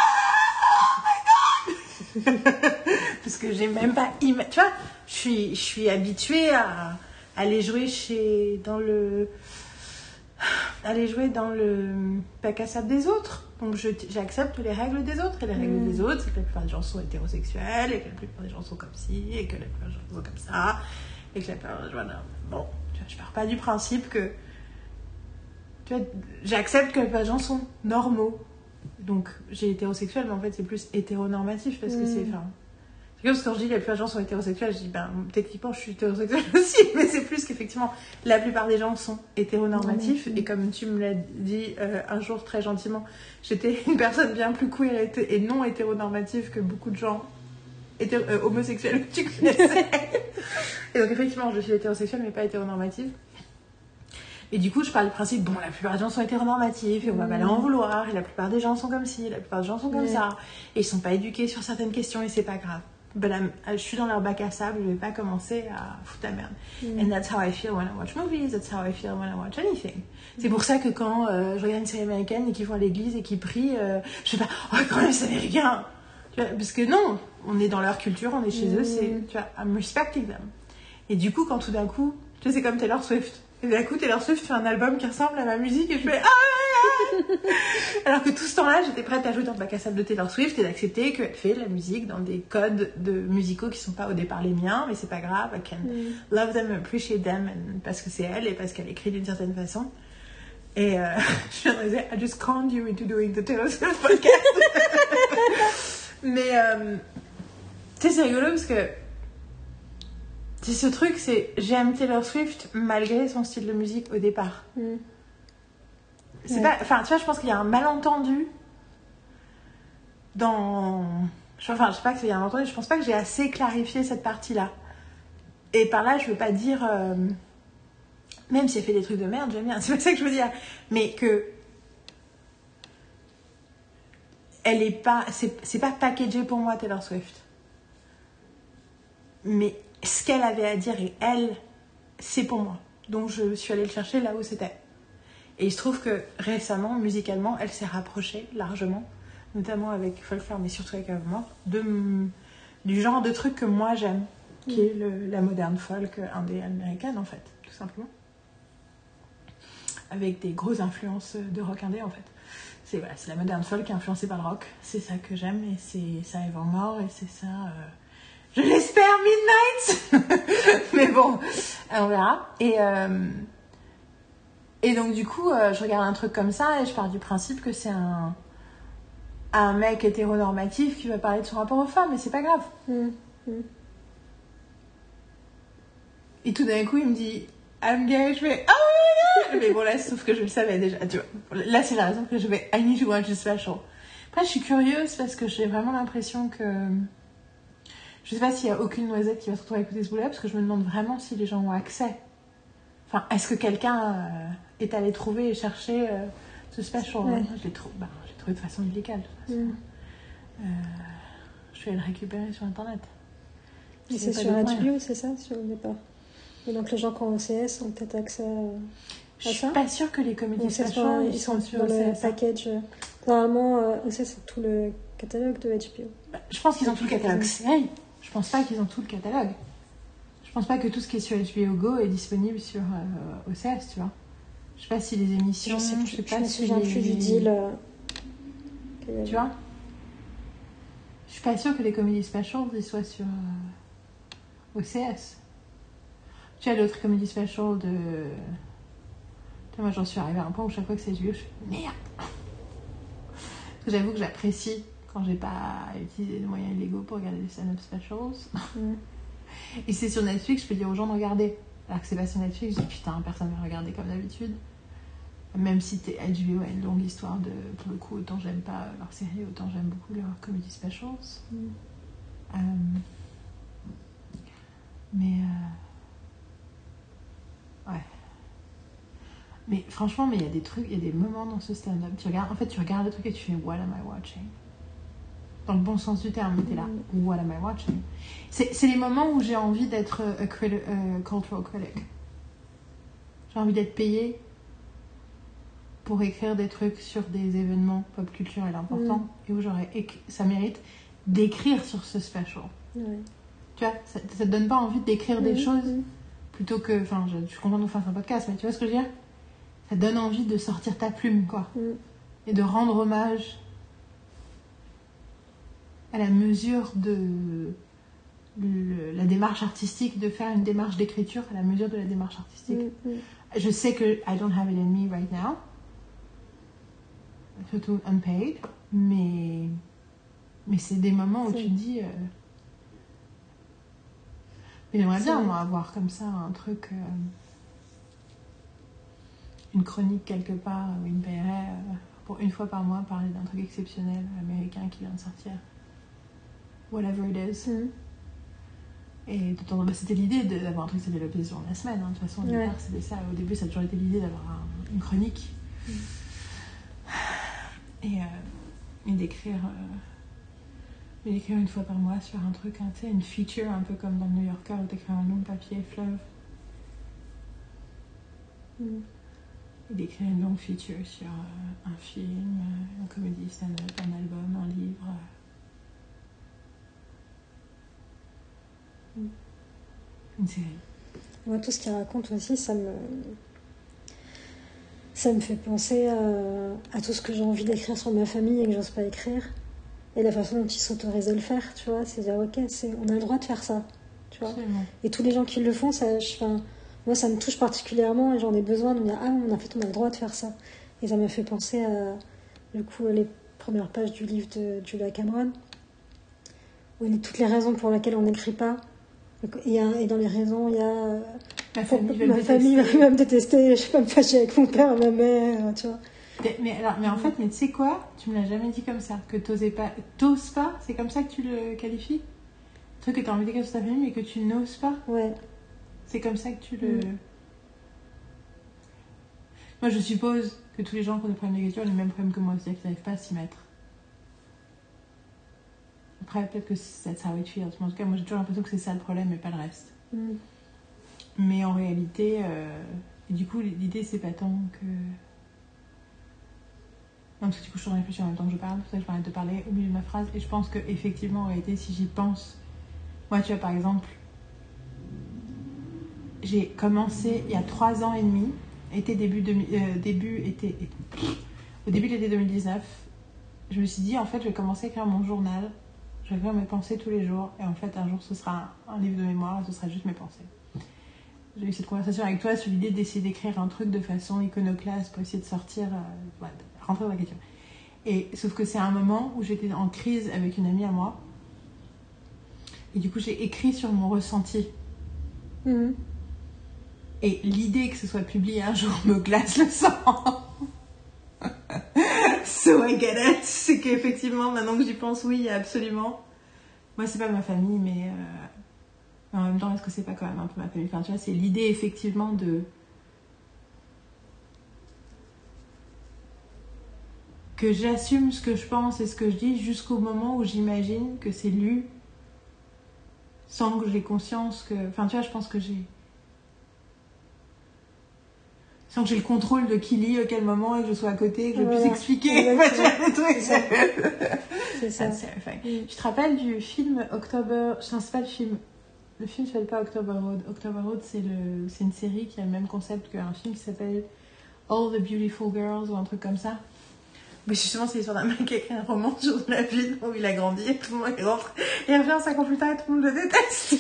oh my god. Parce que j'ai même pas... Ima... Tu vois, je suis, je suis habituée à aller jouer chez... dans le... aller jouer dans le bac à sable des autres. Donc je, j'accepte les règles des autres. Et les règles Mm. des autres, c'est que la plupart des gens sont hétérosexuels, et que la plupart des gens sont comme ci, et que la plupart des gens sont comme ça, et que la plupart des gens... Voilà. Bon, tu vois, je pars pas du principe que... Tu vois, j'accepte que la plupart des gens sont normaux. Donc j'ai hétérosexuel, mais en fait c'est plus hétéronormatif, parce que Mm. c'est... Enfin, c'est comme quand je dis la plupart des gens sont hétérosexuels, je dis ben techniquement je suis hétérosexuelle aussi, mais c'est plus qu'effectivement la plupart des gens sont hétéronormatifs. Mmh. Et comme tu me l'as dit euh, un jour très gentiment, j'étais une personne bien plus queer et, et non hétéronormative que beaucoup de gens hétéro- euh, homosexuels que tu connaissais. Et donc effectivement je suis hétérosexuelle mais pas hétéronormative. Et du coup, je parle du principe, bon, la plupart des gens sont hétéronormatifs et on va pas leur en vouloir, et la plupart des gens sont comme ci, la plupart des gens sont comme Ouais. ça, et ils sont pas éduqués sur certaines questions et c'est pas grave. Ben là, je suis dans leur bac à sable, je vais pas commencer à foutre la merde. Mm. And that's how I feel when I watch movies, that's how I feel when I watch anything. C'est pour ça que quand euh, je regarde une série américaine et qu'ils vont à l'église et qu'ils prient, euh, je fais pas, oh, quand même, c'est américain! Tu vois, parce que non, on est dans leur culture, on est chez Mm. eux, c'est, tu vois, I'm respecting them. Et du coup, quand tout d'un coup, tu sais, c'est comme Taylor Swift. Et d'un coup, Taylor Swift fait un album qui ressemble à ma musique et je fais ah ouais. Alors que tout ce temps-là, j'étais prête à jouer dans le bac à sable de Taylor Swift et d'accepter qu'elle fait de la musique dans des codes de musicaux qui sont pas au départ les miens, mais c'est pas grave. I can Mm. love them, appreciate them, and parce que c'est elle et parce qu'elle écrit d'une certaine façon. Et euh, je viens de dire, I just conned you into doing the Taylor Swift podcast. Mais euh, tu sais, c'est rigolo parce que c'est ce truc, c'est j'aime Taylor Swift malgré son style de musique au départ. Mm. C'est Ouais. pas, enfin, tu vois, je pense qu'il y a un malentendu dans. Enfin, je sais pas qu'il y a un malentendu, je pense pas que j'ai assez clarifié cette partie-là. Et par là, je veux pas dire. Euh, même si elle fait des trucs de merde, j'aime bien, c'est pas ça que je veux dire. Mais que. Elle est pas. C'est, c'est pas packagé pour moi, Taylor Swift. Mais ce qu'elle avait à dire et elle, c'est pour moi. Donc je suis allée le chercher là où c'était. Et il se trouve que récemment, musicalement, elle s'est rapprochée largement, notamment avec Folklore, mais surtout avec Evermore, de, du genre de truc que moi j'aime, qui est le, la moderne folk indé américaine en fait, tout simplement. Avec des grosses influences de rock indé en fait. C'est, voilà, c'est la moderne folk influencée par le rock. C'est ça que j'aime et c'est ça Evermore et c'est ça... Euh, je l'espère, Midnight. Mais bon, on verra. Et, euh, et donc, du coup, euh, je regarde un truc comme ça et je pars du principe que c'est un, un mec hétéronormatif qui va parler de son rapport aux femmes, et c'est pas grave. Mm. Mm. Et tout d'un coup, il me dit I'm gay. Je fais oh my god. Mais bon, là, sauf que je le savais déjà. Tu vois. Là, c'est la raison que je vais I need to watch this special. Après, je suis curieuse parce que j'ai vraiment l'impression que. Je sais pas s'il y a aucune noisette qui va se retrouver à écouter ce bout-là, parce que je me demande vraiment si les gens ont accès. Enfin, est-ce que quelqu'un euh, est allé trouver et chercher euh, ce special? Ouais. Je l'ai trou... bah, je l'ai trouvé de façon illégale, de toute façon. Mm. Euh, je vais le récupérer sur Internet. Et c'est sur H B O, c'est ça, sur le départ. Et donc les gens qui ont O C S ont peut-être accès à, Je à suis ça. pas sûre que les comédies Donc, c'est special, pas- ils sont sur dans O C le S. hein. package. euh, Normalement, euh, O C S c'est tout le catalogue de H B O. Bah, je pense qu'ils ont tout le catalogue série. Je pense pas qu'ils ont tout le catalogue. Je pense pas que tout ce qui est sur H B O Go est disponible sur euh, O C S, tu vois. Je sais pas si les émissions, Je sais plus, je sais je pas me si souviens les... plus du deal. euh, qu'il y avait. Tu vois. Je suis pas sûre que les comédies specials ils soient sur euh, O C S. Tu as l'autre comedy special de... Tu vois, moi, j'en suis arrivée à un point où chaque fois que c'est vieux, je fais merde. Parce que j'avoue que j'apprécie quand j'ai pas utilisé les moyens illégaux pour regarder les stand-up specials. Mm. Et c'est sur Netflix, je peux dire aux gens de regarder. Alors que c'est pas sur Netflix, je dis putain, personne ne va regarder comme d'habitude. Même si t'es H B O a une longue histoire de... Pour le coup, autant j'aime pas leur série, autant j'aime beaucoup leurs comedy specials. Mm. Euh... Mais... Euh... Ouais. Mais franchement, mais il y a des trucs, il y a des moments dans ce stand-up. Tu regardes, en fait, tu regardes le truc et tu fais what am I watching? Dans le bon sens du terme, t'es là, what am I watching? C'est, c'est les moments où j'ai envie d'être a, criti- a cultural critic. J'ai envie d'être payée pour écrire des trucs sur des événements pop culturels importants mm. et où j'aurais, éc- ça mérite d'écrire sur ce special. Mm. Tu vois, ça, ça te donne pas envie d'écrire mm. des choses mm. plutôt que, enfin, je, je suis contente de faire un podcast, mais tu vois ce que je veux dire? Ça donne envie de sortir ta plume, quoi. Mm. Et de rendre hommage à la mesure de le, la démarche artistique, de faire une démarche d'écriture à la mesure de la démarche artistique. Mm. Mm. Je sais que I don't have it in me right now, surtout unpaid, mais, mais c'est des moments où c'est... tu te dis... Euh... Mais j'aimerais c'est... bien, moi, avoir comme ça un truc... Euh... une chronique quelque part où il me paierait euh, pour une fois par mois parler d'un truc exceptionnel américain qui vient de sortir. Whatever it is. Mm. Et de temps en temps, c'était l'idée de, d'avoir un truc qui s'appelait l'obsession de la semaine. Hein. De toute façon, au, ouais. départ, c'était ça. Au début, ça a toujours été l'idée d'avoir un, une chronique. Mm. Et, euh, et d'écrire, euh, et d'écrire une fois par mois sur un truc, hein, tu sais, une feature un peu comme dans le New Yorker où t'écris un long papier fleuve. Mm. Et d'écrire une longue feature sur euh, un film, euh, une comédie stand-up, un album, un livre. Euh, une série. Moi, tout ce qu'il raconte aussi, ça me, ça me fait penser à, à tout ce que j'ai envie d'écrire sur ma famille et que j'ose pas écrire. Et la façon dont ils s'autorisent à le faire, tu vois. C'est dire, ok, c'est, on a le droit de faire ça, tu vois. Absolument. Et tous les gens qui le font, ça... Je, enfin, moi, ça me touche particulièrement et j'en ai besoin de me dire ah, on a, fait, on a le droit de faire ça. Et ça m'a fait penser à, du coup, les premières pages du livre de Julia Cameron, où il y a toutes les raisons pour lesquelles on n'écrit pas. Et, et dans les raisons, il y a ma famille va ma famille va me détester, je vais pas me fâcher avec mon père, ma mère, tu vois. Mais, mais, alors, mais en fait, mais tu sais quoi? Tu me l'as jamais dit comme ça, que t'osais pas, t'oses pas, c'est comme ça que tu le qualifies? Un truc que t'as envie d'écrire sur ta famille mais que tu n'oses pas? Ouais. C'est comme ça que tu le... Mm. Moi, je suppose que tous les gens qui ont des problèmes d'écriture ont les mêmes problèmes que moi, c'est-à-dire qu'ils n'arrivent pas à s'y mettre. Après, peut-être que c'est ça how it feels. En tout cas, moi, j'ai toujours l'impression que c'est ça le problème et pas le reste. Mm. Mais en réalité, euh... et du coup, l'idée, c'est pas tant que... Non, parce que du coup, je suis en train de réfléchir en même temps que je parle, c'est pour ça que je m'arrête de parler au milieu de ma phrase. Et je pense qu'effectivement, en réalité, si j'y pense... Moi, tu vois, par exemple... J'ai commencé il y a trois ans et demi, été début, demi, euh, début été, au début de l'été deux mille dix-neuf, je me suis dit en fait je vais commencer à écrire mon journal, je vais écrire mes pensées tous les jours et en fait un jour ce sera un, un livre de mémoire et ce sera juste mes pensées. J'ai eu cette conversation avec toi sur l'idée d'essayer d'écrire un truc de façon iconoclaste pour essayer de sortir, euh, ouais, rentrer dans la question. Et sauf que c'est un moment où j'étais en crise avec une amie à moi et du coup j'ai écrit sur mon ressenti. Mmh. Et l'idée que ce soit publié un jour me glace le sang. So I get it. C'est qu'effectivement, maintenant que j'y pense, oui, absolument. Moi, c'est pas ma famille, mais, euh... mais en même temps, est-ce que c'est pas quand même un peu ma famille? Enfin, tu vois, c'est l'idée, effectivement, de... que j'assume ce que je pense et ce que je dis jusqu'au moment où j'imagine que c'est lu sans que j'ai conscience que... Enfin, tu vois, je pense que j'ai... sans que j'ai le contrôle de qui lit à quel moment et que je sois à côté et que je voilà. puisse expliquer. C'est ça. C'est ça. C'est, enfin, mm. Je te rappelle du film October... Je ne sais pas le film. Le film ne s'appelle pas October Road. October Road, c'est, le... c'est une série qui a le même concept qu'un film qui s'appelle All the Beautiful Girls ou un truc comme ça. Mais justement, c'est l'histoire d'un mec qui a écrit un roman sur la ville où il a grandi et tout le monde est rentré. Et il revient cinq ans plus tard et tout le monde le déteste.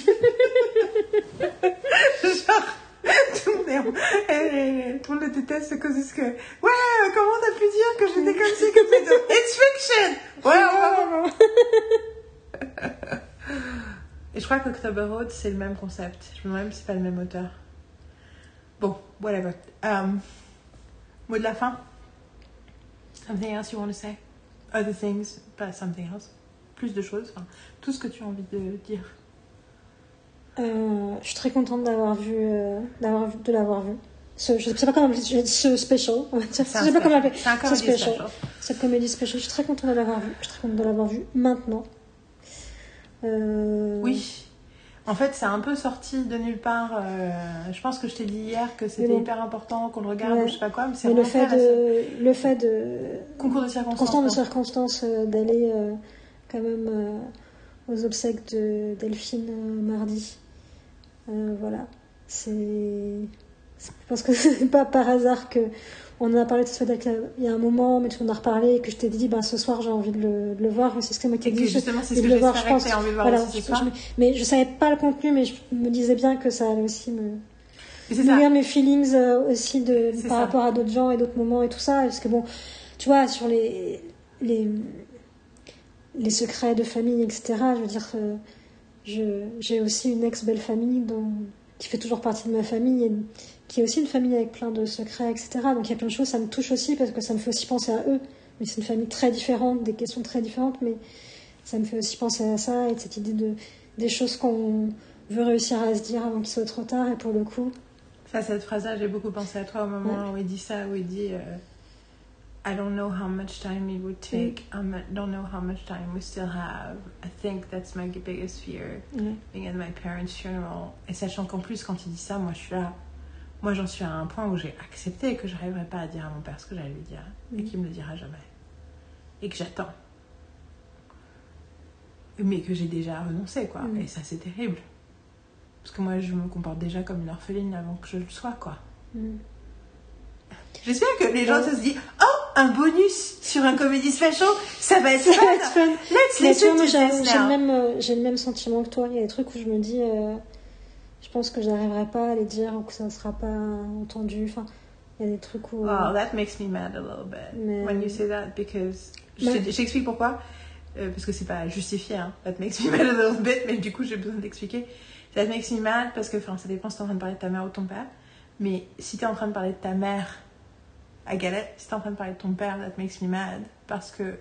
Genre, tout le monde, est... et, tout le monde le déteste à cause de ce que. Ouais, comment on a pu dire que j'étais comme ci, comme ça. It's fiction! Ouais, on va. Et je crois qu'October Road, c'est le même concept. Je me demande même si c'est pas le même auteur. Bon, whatever. Um, mot de la fin? Something else you want to say? Other things, pas something else. Plus de choses, enfin, tout ce que tu as envie de dire. Euh, je suis très contente d'avoir vu, euh, d'avoir vu de l'avoir vu. Ce, je sais pas comment appeler ce special. On va dire. Je sais pas comment l'appeler. C'est un comedy special. special. Cette comédie special. Je suis très contente de l'avoir vu. Je suis très contente de l'avoir vu maintenant. Euh... Oui. En fait, c'est un peu sorti de nulle part. Euh, je pense que je t'ai dit hier que c'était bon. Hyper important qu'on le regarde ouais. ou je sais pas quoi. Mais, c'est mais le, fait de, la... le fait de... Concours de circonstances. Constant de circonstances euh, d'aller euh, quand même euh, aux obsèques de Delphine euh, mardi. Euh, voilà. C'est... c'est... Je pense que c'est pas par hasard que on en a parlé de ce fait il y a un moment, mais on en a reparlé et que je t'ai dit, ben, ce soir j'ai envie de le, de le voir. C'est ce que moi qui dit. Justement, c'est ce que j'espérais que tu aies envie de voir voilà, aussi ce soir. Je, mais je savais pas le contenu, mais je me disais bien que ça allait aussi me nourrir mes feelings euh, aussi de, par ça. rapport à d'autres gens et d'autres moments et tout ça. Parce que bon, tu vois, sur les, les, les secrets de famille, et cetera, je veux dire, euh, je, j'ai aussi une ex-belle famille dont, qui fait toujours partie de ma famille et qui est aussi une famille avec plein de secrets, et cetera. Donc il y a plein de choses, ça me touche aussi parce que ça me fait aussi penser à eux. Mais c'est une famille très différente, des questions très différentes, mais ça me fait aussi penser à ça et de cette idée de, des choses qu'on veut réussir à se dire avant qu'il soit trop tard. Et pour le coup... Ça, cette phrase-là, j'ai beaucoup pensé à toi au moment ouais. où il dit ça, où il dit euh, I don't know how much time it would take, mm. I don't know how much time we still have. I think that's my biggest fear, mm. being at my parents' funeral. Et sachant qu'en plus, quand il dit ça, moi je suis là... Moi, j'en suis à un point où j'ai accepté que je n'arriverai pas à dire à mon père ce que j'allais lui dire mmh. et qu'il me le dira jamais. Et que j'attends. Mais que j'ai déjà renoncé, quoi. Mmh. Et ça, c'est terrible. Parce que moi, je me comporte déjà comme une orpheline avant que je le sois, quoi. Mmh. J'espère que les gens ouais. se disent « Oh, un bonus sur un comédie special, ça va être ça fun. Va être fun. Let's listen to j'ai, this j'ai, now. le même, euh, j'ai le même sentiment que toi. Il y a des trucs où je me dis... Euh... Je pense que j'arriverai pas à les dire ou que ça ne sera pas entendu. Enfin, il y a des trucs où... Oh, that makes me mad a little bit mais... when you say that, because... Mais... Je j'explique pourquoi. Euh, parce que c'est pas justifié, hein. That makes me mad a little bit, mais du coup, j'ai besoin d'expliquer. That makes me mad parce que, enfin, ça dépend si t'es en train de parler de ta mère ou de ton père. Mais si t'es en train de parler de ta mère à Galette, si t'es en train de parler de ton père, that makes me mad. Parce que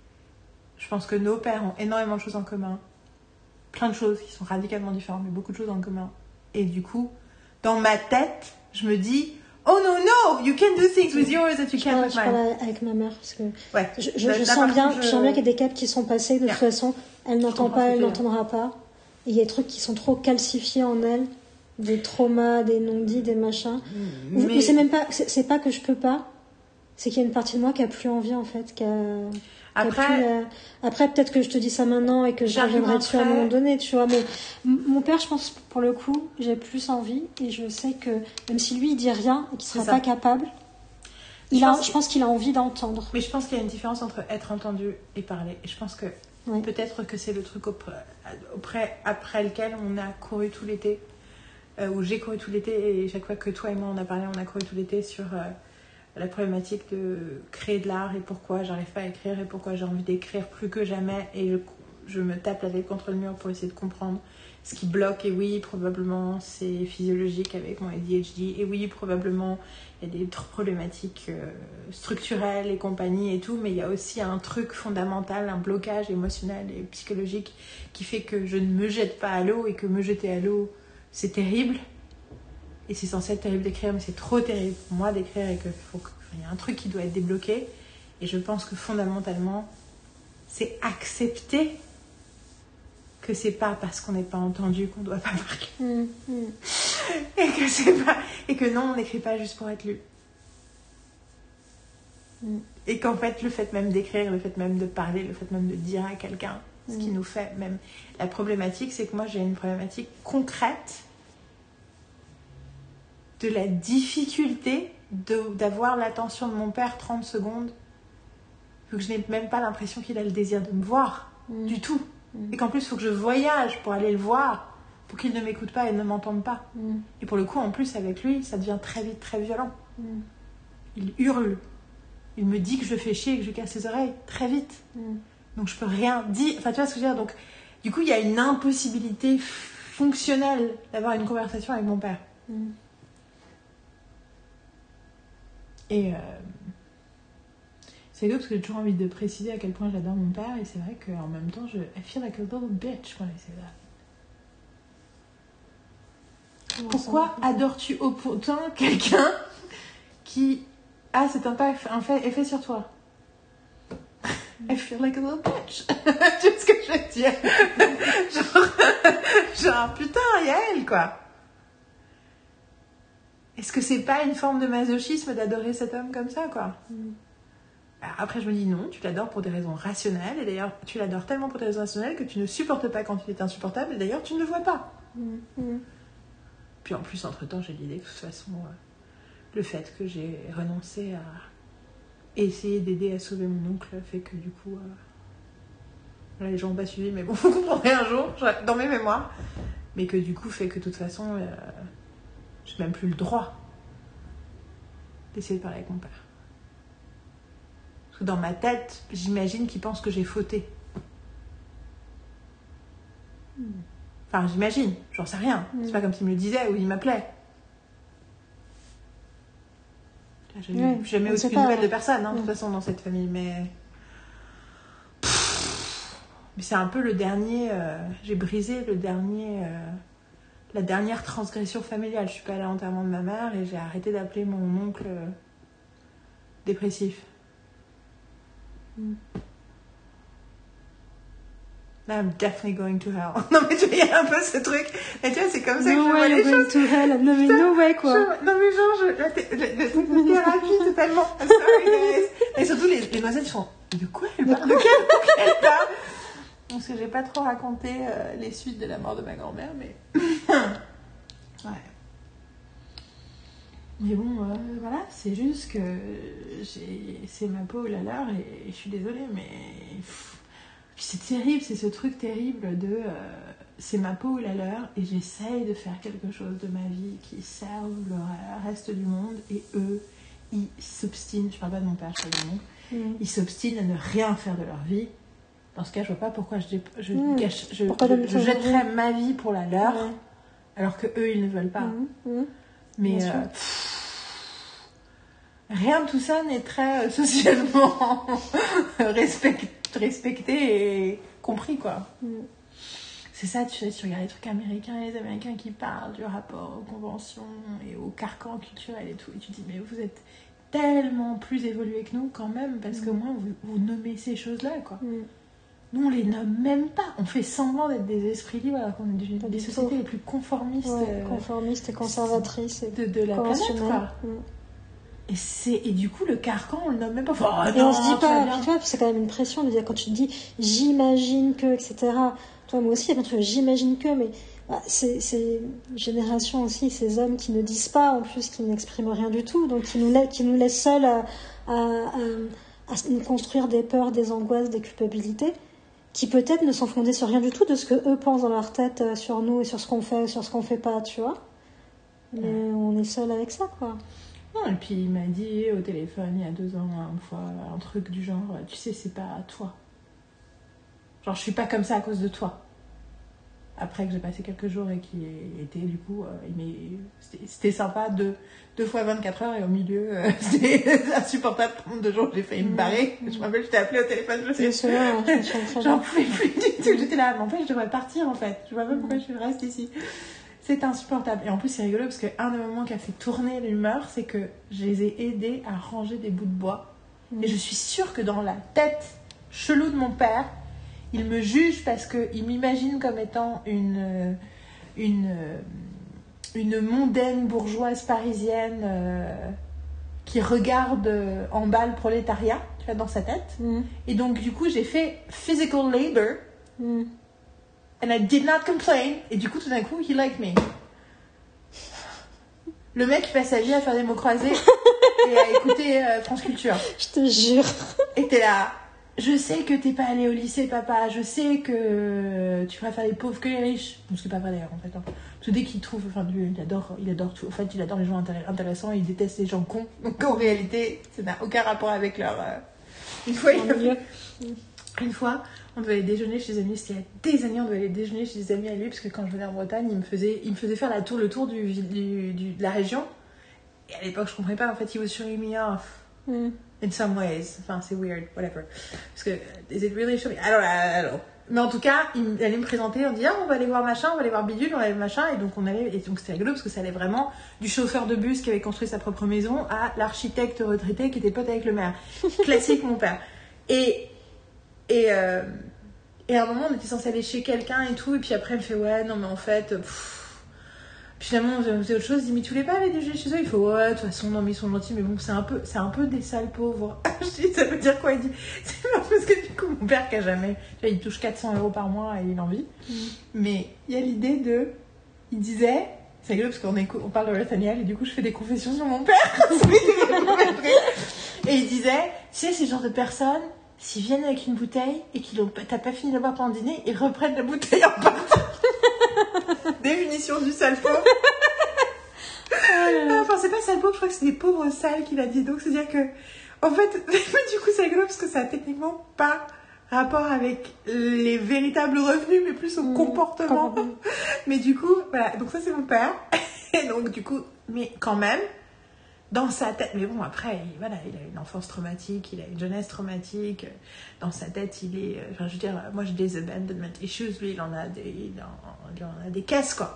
je pense que nos pères ont énormément de choses en commun. Plein de choses qui sont radicalement différentes, mais beaucoup de choses en commun. Et du coup, dans ma tête, je me dis oh no no, you can do things with yours that you can't with mine. Je parle avec ma mère parce que ouais. je, je, je sens bien, je... je sens bien qu'il y a des câbles qui sont passés de yeah. toute façon. Elle n'entend pas, elle n'entendra pas. Et il y a des trucs qui sont trop calcifiés en elle, des traumas, des non-dits, des machins. Mais, mais c'est même pas, c'est, c'est pas que je peux pas. C'est qu'il y a une partie de moi qui a plus envie en fait, qui a. Après, plus, euh... après peut-être que je te dis ça maintenant et que j'y reviendrai dessus à un moment donné, tu vois. Mais m- mon père, je pense pour le coup, j'ai plus envie et je sais que même si lui il dit rien et qu'il sera pas capable, il je, a, pense je pense qu'il a envie d'entendre. Mais je pense qu'il y a une différence entre être entendu et parler. Et je pense que ouais. peut-être que c'est le truc auprès, auprès, après lequel on a couru tout l'été, euh, où j'ai couru tout l'été et chaque fois que toi et moi on a parlé, on a couru tout l'été sur. Euh, la problématique de créer de l'art et pourquoi j'arrive pas à écrire et pourquoi j'ai envie d'écrire plus que jamais et je, je me tape la tête contre le mur pour essayer de comprendre ce qui bloque. Et oui, probablement c'est physiologique avec mon A D H D et oui, probablement il y a des problématiques euh, structurelles et compagnie et tout, mais il y a aussi un truc fondamental, un blocage émotionnel et psychologique qui fait que je ne me jette pas à l'eau et que me jeter à l'eau c'est terrible. Et c'est censé être terrible d'écrire, mais c'est trop terrible pour moi d'écrire et qu'il faut qu'il y a un truc qui doit être débloqué. Et je pense que fondamentalement, c'est accepter que c'est pas parce qu'on n'est pas entendu qu'on doit pas parler. Mmh, mmh. Et que c'est pas et que non, on n'écrit pas juste pour être lu. Mmh. Et qu'en fait, le fait même d'écrire, le fait même de parler, le fait même de dire à quelqu'un, ce mmh. qui nous fait même la problématique, c'est que moi j'ai une problématique concrète. De la difficulté de, d'avoir l'attention de mon père trente secondes faut que je n'ai même pas l'impression qu'il a le désir de me voir, Mm. du tout. Mm. Et qu'en plus, il faut que je voyage pour aller le voir, pour qu'il ne m'écoute pas et ne m'entende pas. Mm. Et pour le coup, en plus, avec lui, ça devient très vite très violent. Mm. Il hurle. Il me dit que je le fais chier et que je lui casse les oreilles, très vite. Mm. Donc je peux rien dire. Enfin, tu vois ce que je veux dire? Donc, du coup, il y a une impossibilité fonctionnelle d'avoir une conversation avec mon père. Mm. Et euh, c'est rigolo parce que j'ai toujours envie de préciser à quel point j'adore mon père. Et c'est vrai qu'en même temps, je I feel like a little bitch when I say that. Pourquoi adores-tu autant quelqu'un qui a cet impact, un fait, effet sur toi? I feel like a little bitch. Tu vois ce que je veux dire? genre, genre, putain, il y a elle, quoi. Est-ce que c'est pas une forme de masochisme d'adorer cet homme comme ça, quoi? Mm. Alors après, je me dis non, tu l'adores pour des raisons rationnelles. Et d'ailleurs, tu l'adores tellement pour des raisons rationnelles que tu ne supportes pas quand il est insupportable. Et d'ailleurs, tu ne le vois pas. Mm. Mm. Puis en plus, entre-temps, j'ai l'idée que de toute façon, euh, le fait que j'ai renoncé à essayer d'aider à sauver mon oncle fait que du coup... Euh... Là, les gens n'ont pas suivi, mais bon, vous comprendrez un jour, dans mes mémoires. Mais que du coup, fait que de toute façon, euh, j'ai même plus le droit d'essayer de parler avec mon père. Parce que dans ma tête, j'imagine qu'il pense que j'ai fauté. Mm. Enfin, j'imagine, j'en sais rien. Mm. C'est pas comme s'il me le disait ou il m'appelait. J'ai ouais, jamais aucune nouvelle de personne, hein, de toute façon, dans cette famille, mais... Mais c'est un peu le dernier... Euh... J'ai brisé le dernier... Euh... La dernière transgression familiale. Je suis pas allée à l'enterrement de ma mère et j'ai arrêté d'appeler mon oncle euh... dépressif. Mm. I'm definitely going to hell. Non mais tu vois, il y a un peu ce truc. Et tu vois, c'est comme ça no que je vois les going choses. To hell. Non mais no way quoi. Je... Non mais genre, je... le, le truc de thérapie, c'est tellement... Sorry guys. Et surtout, les, les noisettes font... De quoi elle parle? De quelle boucle elle parle? Parce que j'ai pas trop raconté euh, les suites de la mort de ma grand-mère, mais... ouais. Mais bon, euh, voilà, c'est juste que j'ai... c'est ma peau ou la leur et je suis désolée, mais... Puis c'est terrible, c'est ce truc terrible de euh, c'est ma peau ou la leur et j'essaye de faire quelque chose de ma vie qui serve le reste du monde et eux, ils s'obstinent, je parle pas de mon père, je parle de mon monde, mmh. ils s'obstinent à ne rien faire de leur vie. Dans ce cas, je vois pas pourquoi je, je, mmh. gâche, je, je, je jetterais vie. ma vie pour la leur ouais. alors que eux ils ne veulent pas. Mmh. Mmh. Mais euh, pff, rien de tout ça n'est très socialement respecté. respecté et compris quoi. Mm. C'est ça, tu sais, tu regardes les trucs américains, les Américains qui parlent du rapport aux conventions et aux carcans culturels et tout, et tu te dis mais vous êtes tellement plus évolués que nous quand même parce mm. que moi vous, vous nommez ces choses-là quoi. Mm. Nous on les nomme même pas, on fait semblant d'être des esprits libres alors qu'on est des, des sociétés les plus conformistes, ouais, euh, conformistes et conservatrices de, de la planète quoi. Mm. Et, c'est, et du coup, le carcan, on le nomme même pas. Enfin, oh, et non, on se dit pas, puis toi, c'est quand même une pression de dire, quand tu te dis j'imagine que, et cetera. Toi, moi aussi, quand j'imagine que, mais bah, c'est, c'est une génération aussi, ces hommes qui ne disent pas, en plus, qui n'expriment rien du tout, donc qui nous, la, qui nous laissent seuls à, à, à, à nous construire des peurs, des angoisses, des culpabilités, qui peut-être ne sont fondées sur rien du tout de ce que eux pensent dans leur tête sur nous et sur ce qu'on fait, sur ce qu'on fait pas, tu vois. Mais ouais. On est seuls avec ça, quoi. Non, et puis il m'a dit au téléphone il y a deux ans, une fois, un truc du genre, tu sais, c'est pas toi. Genre, je suis pas comme ça à cause de toi. Après que j'ai passé quelques jours et qu'il était, du coup, euh, mais c'était, c'était sympa, deux, deux fois vingt-quatre heures et au milieu, euh, c'était insupportable. Deux jours, j'ai failli me barrer. Mmh. Je me rappelle, je t'ai appelé au téléphone, je sais. C'est vrai, j'en pouvais plus du tout. J'étais là, mais en fait, je devrais partir en fait. Je vois pas pourquoi je reste ici. C'est insupportable. Et en plus, c'est rigolo parce qu'un des moments qui a fait tourner l'humeur, c'est que je les ai aidés à ranger des bouts de bois. Mmh. Et je suis sûre que dans la tête chelou de mon père, il me juge parce qu'il m'imagine comme étant une, une, une mondaine bourgeoise parisienne euh, qui regarde en bas le prolétariat, tu vois, dans sa tête. Mmh. Et donc, du coup, j'ai fait physical labor. Mmh. And I did not complain. Et du coup, tout d'un coup, he liked me. Le mec, il passe sa vie à faire des mots croisés et à écouter euh, France Culture. Je te jure. Et t'es là. je sais que t'es pas allé au lycée, papa. Je sais que tu préfères les pauvres que les riches. Ce qui n'est pas vrai d'ailleurs, en fait. Hein. Tout dès qu'il trouve, enfin, lui, il adore, il adore tout. En fait, il adore les gens intéressants, il déteste les gens cons. Donc en réalité, ça n'a aucun rapport avec leur. Euh... Une fois, il a... une fois, on devait aller déjeuner chez des amis. C'était il y a des années, on devait aller déjeuner chez des amis à lui parce que quand je venais en Bretagne, il me faisait, il me faisait faire la tour, le tour du, du, du, de la région. Et à l'époque, je comprenais pas. En fait, he was showing me off. Mm. In some ways. Enfin, c'est weird, whatever. Parce que, is it really showing? Alors, alors. Mais en tout cas, il allait me présenter, on dit, ah, on va aller voir machin, on va aller voir bidule, on va aller machin. Et donc, on allait, et donc c'était rigolo parce que ça allait vraiment du chauffeur de bus qui avait construit sa propre maison à l'architecte retraité qui était pote avec le maire. Classique, mon père. Et, et, euh, et à un moment, on était censé aller chez quelqu'un et tout. Et puis après, elle me fait, ouais, non, mais en fait, pff, finalement, on faisait autre chose. Il dit, mais tous les pas aller déjeuner chez eux. Il faut, ouais, de toute façon, non, mais ils sont gentils, mais bon, c'est un peu, c'est un peu des sales pauvres. Je dis, ça veut dire quoi? Il dit, c'est parce que du coup, mon père qui a jamais, tu vois, il touche quatre cents euros par mois et il en vit. Mm. Mais il y a l'idée de, il disait, c'est rigolo parce qu'on est, on parle de Nathaniel et du coup, je fais des confessions sur mon père. Et il disait, tu sais, ces genres de personnes, s'ils viennent avec une bouteille et qu'ils ont, t'as pas fini de boire pendant le dîner, ils reprennent la bouteille en partant. Définition du sale pauvre. Oh enfin, c'est pas sale pauvre, je crois que c'est des pauvres sales qu'il a dit. Donc, c'est-à-dire que, en fait, du coup, c'est rigolo parce que ça a techniquement pas rapport avec les véritables revenus, mais plus au mmh, comportement. Mmh. Mais du coup, voilà. Donc, ça, c'est mon père. Et donc, du coup, mais quand même, dans sa tête, mais bon, après, il, voilà, il a une enfance traumatique, il a une jeunesse traumatique. Dans sa tête, il est, enfin, je veux dire, moi, j'ai des abandonment issues, lui, il en a des, il en, il en a des caisses, quoi.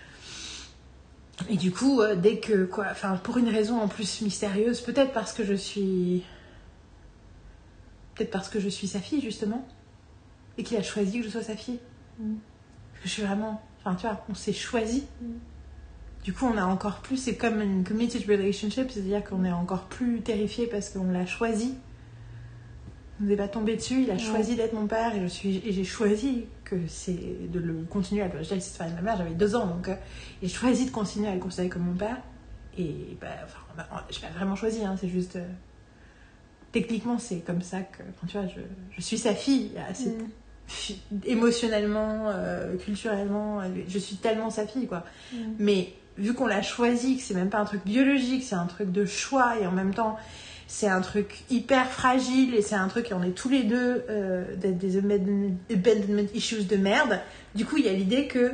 Et du coup, euh, dès que, quoi, enfin, pour une raison en plus mystérieuse, peut-être parce que je suis, peut-être parce que je suis sa fille, justement, et qu'il a choisi que je sois sa fille. Mm. Parce que je suis vraiment, enfin, tu vois, on s'est choisi. Mm. Du coup, on a encore plus, c'est comme une committed relationship, c'est-à-dire qu'on est encore plus terrifié parce qu'on l'a choisi. On n'est pas tombé dessus, il a ouais. choisi d'être mon père et, je suis, et j'ai choisi que c'est de le continuer à le je dis c'est de ma mère, j'avais deux ans, donc euh, j'ai choisi de continuer à le considérer comme mon père. Et bah, enfin, bah, je l'ai pas vraiment choisi, hein, c'est juste. Euh, techniquement, c'est comme ça que, enfin, tu vois, je, je suis sa fille, assez, mm. fi, émotionnellement, euh, culturellement, je suis tellement sa fille, quoi. Mm. Mais vu qu'on l'a choisi, que c'est même pas un truc biologique, c'est un truc de choix et en même temps. C'est un truc hyper fragile et c'est un truc, et on est tous les deux euh, des, des abandonment issues de merde. Du coup, il y a l'idée que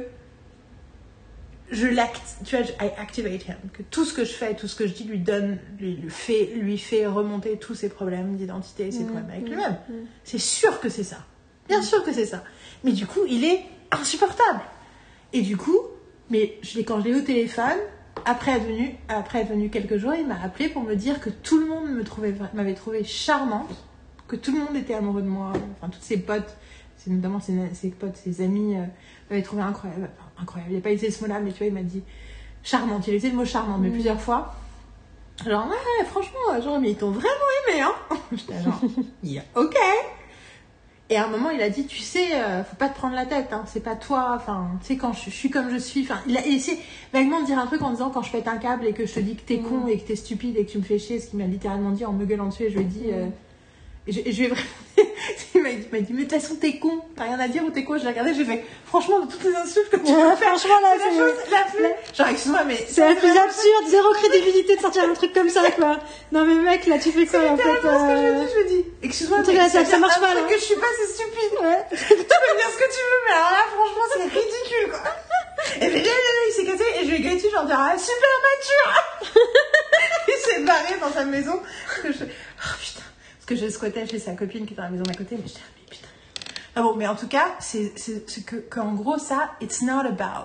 je l'acte, tu vois, I activate him, que tout ce que je fais, tout ce que je dis lui donne, lui, lui, fait, lui fait remonter tous ses problèmes d'identité, ses mmh, problèmes avec mmh, lui-même. Mmh. C'est sûr que c'est ça. Bien mmh. sûr que c'est ça. Mais du coup, il est insupportable. Et du coup, mais je l'ai, quand je l'ai eu au téléphone, Après être, venu, après être venu quelques jours, il m'a appelé pour me dire que tout le monde me trouvait, m'avait trouvée charmante, que tout le monde était amoureux de moi, enfin toutes ses potes, c'est notamment ses, ses potes, ses amis, euh, m'avaient trouvé incroyable, enfin, incroyable, il n'a pas utilisé ce mot-là, mais tu vois, il m'a dit charmante, il a utilisé le mot charmante, mais mmh. plusieurs fois. Genre, ouais, franchement, genre, mais ils t'ont vraiment aimé, hein. J'étais genre, yeah, ok. Et à un moment, il a dit, tu sais, euh, faut pas te prendre la tête, hein, c'est pas toi, enfin, tu sais, quand je, je suis comme je suis, enfin, il a essayé vaguement de dire un truc en disant, quand je pète un câble et que je te dis que t'es mmh. con et que t'es stupide et que tu me fais chier, ce qu'il m'a littéralement dit en me gueulant dessus, et je lui ai dit, euh, et je, et je lui ai vraiment, il m'a dit, mais de toute façon, t'es con, t'as rien à dire ou t'es con, je l'ai regardé, j'ai fait, franchement, de toutes les insultes que tu ouais, peux faire, franchement, là, c'est, c'est la chose la plus, la... genre, excuse-moi, mais. C'est la plus absurde, zéro crédibilité de sortir un truc comme ça, quoi. Non, mais mec, là, tu fais quoi, en fait, euh... ce que je dis, je dis, excuse-moi, mais là, ça, ça marche pas, là. que je suis pas, c'est stupide. Ouais. Tu peux me dire ce que tu veux, mais alors là, franchement, c'est ridicule, quoi. Et puis, il s'est cassé, et je lui ai gueulé, genre, dire, ah, super mature. Il s'est barré dans sa maison, que je... oh, putain. Parce que je squattais chez sa copine qui était dans la maison d'à côté, mais je disais, mais putain. Ah bon, mais en tout cas, c'est, c'est, c'est que, qu'en gros, ça, it's not about.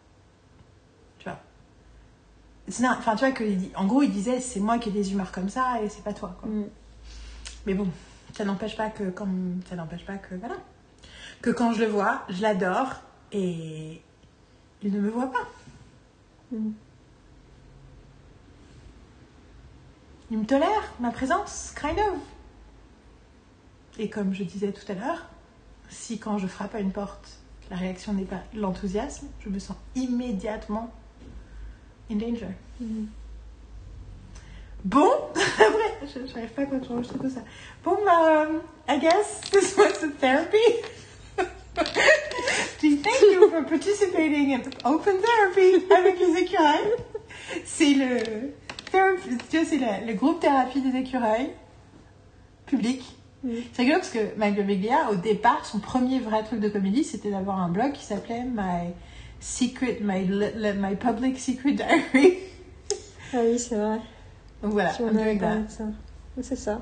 Tu vois. It's not, enfin, tu vois, que, en gros, il disait, c'est moi qui ai des humeurs comme ça et c'est pas toi, quoi. Mm. Mais bon, ça n'empêche pas que, comme, ça n'empêche pas que, voilà. Que quand je le vois, je l'adore et il ne me voit pas. Mm. Il me tolère, ma présence, kind of. Et comme je disais tout à l'heure, si quand je frappe à une porte, la réaction n'est pas l'enthousiasme, je me sens immédiatement in danger. Mm. Bon, Après, je n'arrive pas à quand j'enregistre tout ça. Bon, bah, um, I guess this was the therapy. Thank you for participating in Open Therapy avec les écureuils. C'est le, therapy, tu vois, c'est le, le groupe thérapie des écureuils public. Mm. C'est rigolo parce que Mike Birbiglia, au départ, son premier vrai truc de comédie, c'était d'avoir un blog qui s'appelait My Secret, My, My Public Secret Diary. Ah oui, c'est vrai. Donc voilà, on a ça. C'est ça.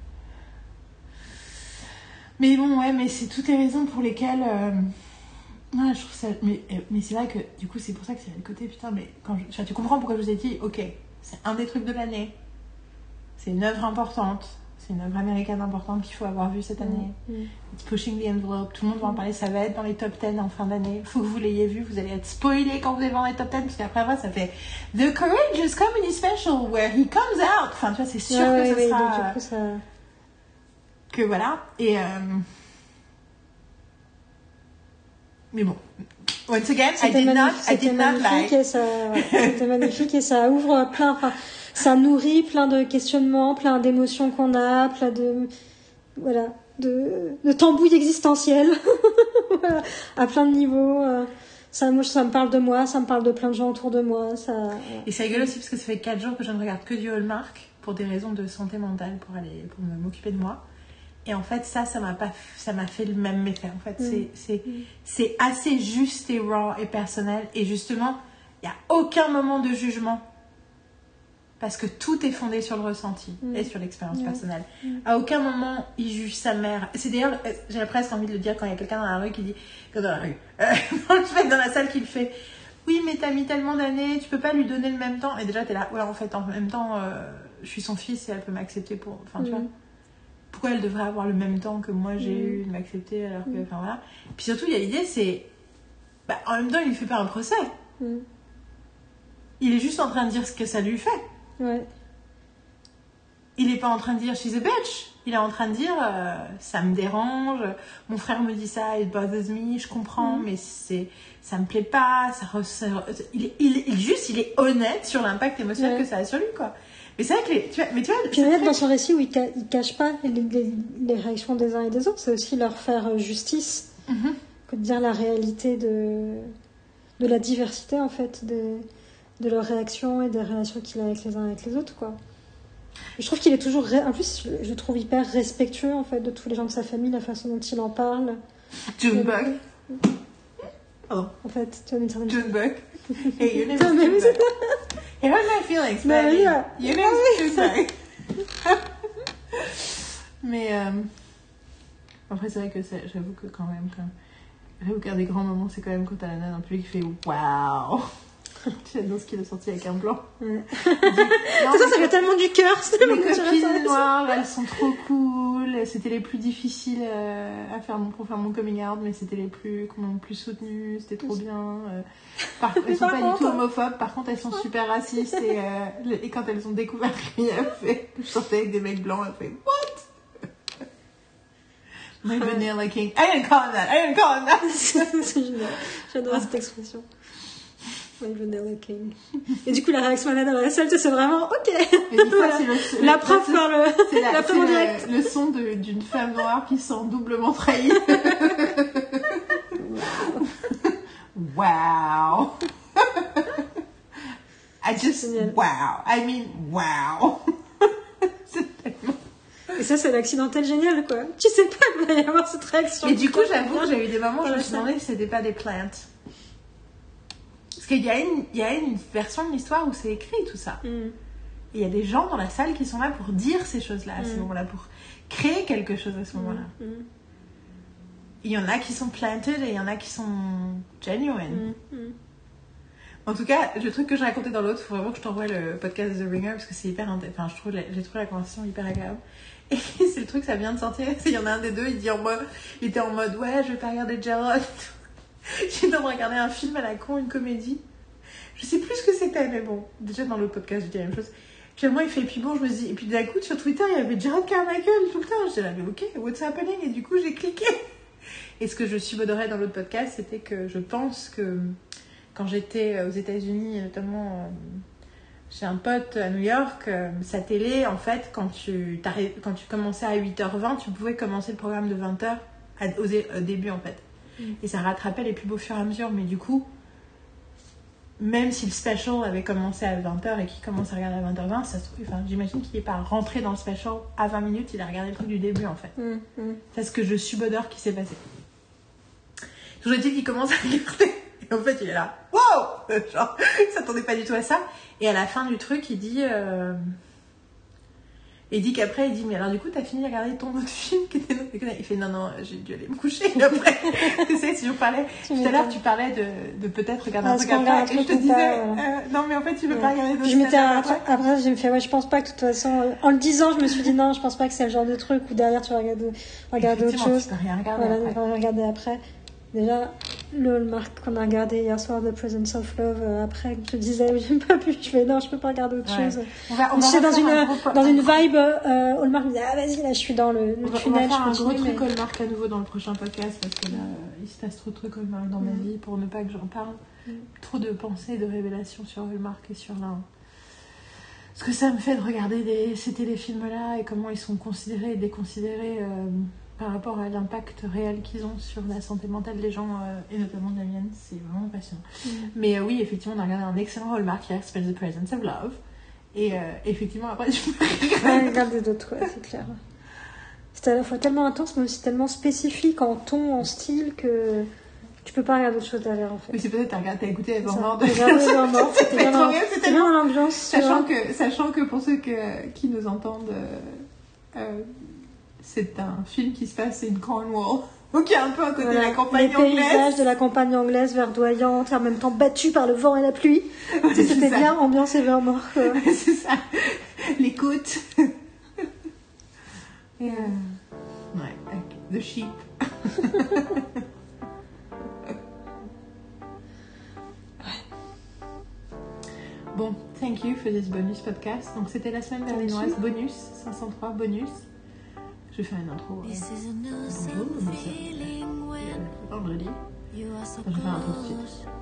Mais bon, ouais, mais c'est toutes les raisons pour lesquelles... Euh... Ouais, je trouve ça... Mais, mais c'est vrai que, du coup, c'est pour ça que c'est le côté, putain, mais quand je... Enfin, tu comprends pourquoi je vous ai dit, ok, c'est un des trucs de l'année. C'est une œuvre importante. C'est une œuvre américaine importante qu'il faut avoir vue cette année. Mm. It's pushing the envelope. Tout le monde va en parler. Ça va être dans les top dix en fin d'année. Il faut que vous l'ayez vu. Vous allez être spoilé quand vous allez voir les top dix. Parce qu'après, après, ça fait The Courageous Comedy Special where he comes out. Enfin, tu vois, c'est sûr ouais, que ouais, ce ouais, sera... Du coup, ça... Que voilà. Et... Euh... Mais bon. Once again, I did not, I did not lie. Et ça, ouais, c'était magnifique et ça ouvre plein... Enfin, ça nourrit plein de questionnements, plein d'émotions qu'on a, plein de... Voilà, de, de tambouilles existentielles. Voilà, à plein de niveaux. Ça, moi, ça me parle de moi, ça me parle de plein de gens autour de moi. Ça... Et c'est rigolo aussi parce que ça fait quatre jours que je ne regarde que du Hallmark pour des raisons de santé mentale, pour aller pour m'occuper de moi. Et en fait, ça, ça m'a pas, ça m'a fait le même effet. En fait, mm. c'est, c'est, mm. c'est assez juste et raw et personnel. Et justement, il n'y a aucun moment de jugement. Parce que tout est fondé sur le ressenti mm. et sur l'expérience mm. personnelle. Mm. À aucun moment, il juge sa mère. C'est d'ailleurs, j'ai presque envie de le dire quand il y a quelqu'un dans la rue qui dit, dans la rue, euh, dans la salle qui le fait, oui, mais t'as mis tellement d'années, tu peux pas lui donner le même temps. Et déjà, t'es là, ouais, en fait, en même temps, euh, je suis son fils et elle peut m'accepter pour, enfin, mm. tu vois. Pourquoi elle devrait avoir le même temps que moi j'ai mm. eu de m'accepter alors que, enfin mm. voilà. Puis surtout, il y a l'idée, c'est, bah, en même temps, il lui fait pas un procès. Mm. Il est juste en train de dire ce que ça lui fait. Ouais. Il est pas en train de dire she's a bitch. Il est en train de dire euh, ça me dérange. Mon frère me dit ça, it bothers me. Je comprends, mm. mais c'est, ça me plaît pas. Ça ressort. Il, il, il juste, il est honnête sur l'impact émotionnel ouais. que ça a sur lui, quoi. Mais c'est vrai que les, tu vois, mais tu vois, puis même dans son récit où il, ca- il cache pas les, les, les réactions des uns et des autres, c'est aussi leur faire justice, mm-hmm. que de dire la réalité de de la diversité en fait de de leurs réactions et des relations qu'il a avec les uns et avec les autres, quoi. Et je trouve qu'il est toujours ré... en plus je, je le trouve hyper respectueux en fait de tous les gens de sa famille, la façon dont il en parle. Junebug. Oh. En fait, tu vois une certaine Junebug. Hey, your name is Junebug. It hurt my feelings, but but yeah. your name is Junebug. Mais euh... après c'est vrai que c'est... j'avoue que quand même, quand... j'avoue qu'un des grands moments c'est quand même quand t'as la nana dans le public qui fait waouh. Tu sais, dans ce qu'il a sorti avec un blanc. Ouais. Dit, non, ça, ça vient tellement du cœur. Mes copines noires, elles sont trop cool. C'était les plus difficiles euh, à faire mon, pour faire mon coming out, mais c'était les plus, comment, plus soutenues. C'était trop bien. Euh, par, elles sont pas du tout homophobes. Par contre, elles sont super racistes. Et, euh, et quand elles ont découvert qu'il a fait, je sortais avec des mecs blancs, elle fait what? My vanilla king. I didn't call him that. I didn't call him that. C'est génial. J'adore ah. cette expression. My vanilla king. Et du coup, la réaction à la dans la salle, c'est vraiment ok. Et donc, voilà. Ça, c'est le, la preuve par le, c'est la, la preuve en direct. Le son de, d'une femme noire qui se sent doublement trahie. Wow. I just, wow. I mean, wow. C'est tellement... Et ça, c'est l'accidentel génial, quoi. Tu sais pas qu'il va y avoir cette réaction. Et du coup, j'avoue que j'ai eu des moments où je me suis demandé si c'était pas des plantes. Parce qu'il y a, une, il y a une version de l'histoire où c'est écrit tout ça. Mm. Et il y a des gens dans la salle qui sont là pour dire ces choses-là à mm. ce moment-là, pour créer quelque chose à ce moment-là. Mm. Il y en a qui sont planted et il y en a qui sont genuine. Mm. Mm. En tout cas, le truc que je racontais dans l'autre, il faut vraiment que je t'envoie le podcast de The Ringer parce que c'est hyper intéressant. Enfin, je trouve, j'ai trouvé la conversation hyper agréable. Et c'est le truc, ça vient de sortir. Il y en a un des deux, il dit en mode, il était en mode, ouais, je vais pas regarder Gerald. J'ai envie de regarder un film à la con, une comédie. Je sais plus ce que c'était, mais bon. Déjà, dans l'autre podcast, j'ai dit la même chose. Puis moi, il fait, et puis bon, je me dis, et puis d'un coup, sur Twitter, il y avait Gerald Carmichael tout le temps. J'étais là, mais ok, what's happening? Et du coup, j'ai cliqué. Et ce que je subodorais dans l'autre podcast, c'était que je pense que quand j'étais aux États-Unis, notamment J'ai un pote à New York, euh, sa télé, en fait, quand tu, quand tu commençais à huit heures vingt, tu pouvais commencer le programme de vingt heures à, au, au début, en fait. Mm. Et ça rattrapait les pubs au fur et à mesure. Mais du coup, même si le special avait commencé à vingt heures et qu'il commence à regarder à vingt heures vingt, ça se trouve, enfin, j'imagine qu'il n'est pas rentré dans le special à vingt minutes, il a regardé le truc du début, en fait. Mm. Mm. C'est ce que je subodore qui s'est passé. Toujours est-il qu'il commence à regarder. Et en fait, il est là, wow, genre, il s'attendait pas du tout à ça. Et à la fin du truc, il dit, euh... il dit qu'après, il dit, mais alors du coup, t'as fini de regarder ton autre film qui était... Il fait, non, non, j'ai dû aller me coucher après. Tu sais, si je parlais, tout à l'heure, tu parlais de, de peut-être regarder ah, un truc après, et je te disais, pas, voilà. euh, non, mais en fait, tu veux ouais. pas regarder d'autres je m'étais après. Après, j'ai fait, ouais, je pense pas que de toute façon, en le disant, je me suis dit, non, je pense pas que c'est le genre de truc où derrière, tu vas regarder, regarder autre chose. Tu peux rien regarder voilà, après. Voilà, regarder après. Déjà, le Hallmark qu'on a regardé hier soir, The Presence of Love, euh, après, je te disais, j'ai pas pu, je fais non, je peux pas regarder autre ouais. chose. On va, on je suis dans une, gros, dans une vibe euh, Hallmark, je me dis, ah vas-y, là, je suis dans le, le on va, tunnel. On va faire je un gros continue, truc mais... Hallmark à nouveau dans le prochain podcast, parce que là, il se passe trop de trucs Hallmark dans mm. ma vie pour ne pas que j'en parle. Mm. Trop de pensées, de révélations sur Hallmark et sur la... ce que ça me fait de regarder des, ces téléfilms-là et comment ils sont considérés et déconsidérés. Euh, par rapport à l'impact réel qu'ils ont sur la santé mentale des gens, euh, et notamment de la mienne, c'est vraiment passionnant. Mm. Mais euh, oui, effectivement, on a regardé un excellent Hallmark hier qui s'appelle The Presence of Love. Et euh, effectivement, après, je peux ouais, regarder d'autres, ouais, c'est clair. C'était à la fois tellement intense, mais aussi tellement spécifique en ton, en style, que tu peux pas regarder d'autres choses derrière, en fait. Oui, c'est peut-être t'as, t'as écouté Evermore. J'ai regardé Evermore, c'était bien dans, c'était bien dans l'ambiance. Sachant que, sachant que pour ceux que, qui nous entendent... Euh, euh, c'est un film qui se passe in Cornwall. Donc il y a un peu à côté voilà, de la campagne anglaise. Les paysages de la campagne anglaise verdoyante, en même temps battus par le vent et la pluie. Ouais, c'était bien, ça. Ambiance Evermore. Euh. C'est ça. Les côtes. Et euh... Ouais, the sheep. Bon, thank you for this bonus podcast. Donc c'était la semaine berlinoise bonus, cinq cent trois bonus. Je vais faire une intro. Euh, bonjour, nous sommes vendredi. Je vais faire une intro tout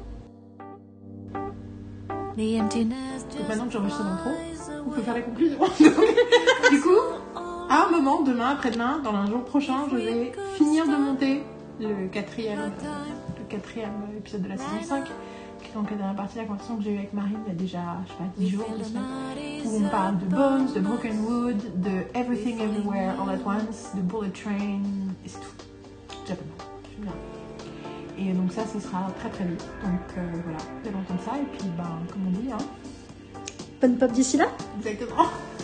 de suite. Donc maintenant que j'enregistre l'intro, on peut faire la conclusion. Du coup, à un moment, demain, après-demain, dans un jour prochain, je vais finir de monter le quatrième, le quatrième épisode de la saison cinq. Donc la dernière partie de la conversation que j'ai eue avec Marine il y a déjà, je sais pas, dix jours, deux semaines, où on parle de Bones, de Broken Wood, de Everything Everywhere All at Once, de Bullet Train, et c'est tout. Déjà pas mal, je suis bien. Et donc ça, ce sera très très vite. Donc euh, voilà, vous allez entendre ça, et puis ben, comme on dit, hein. Bonne pop d'ici là. Exactement.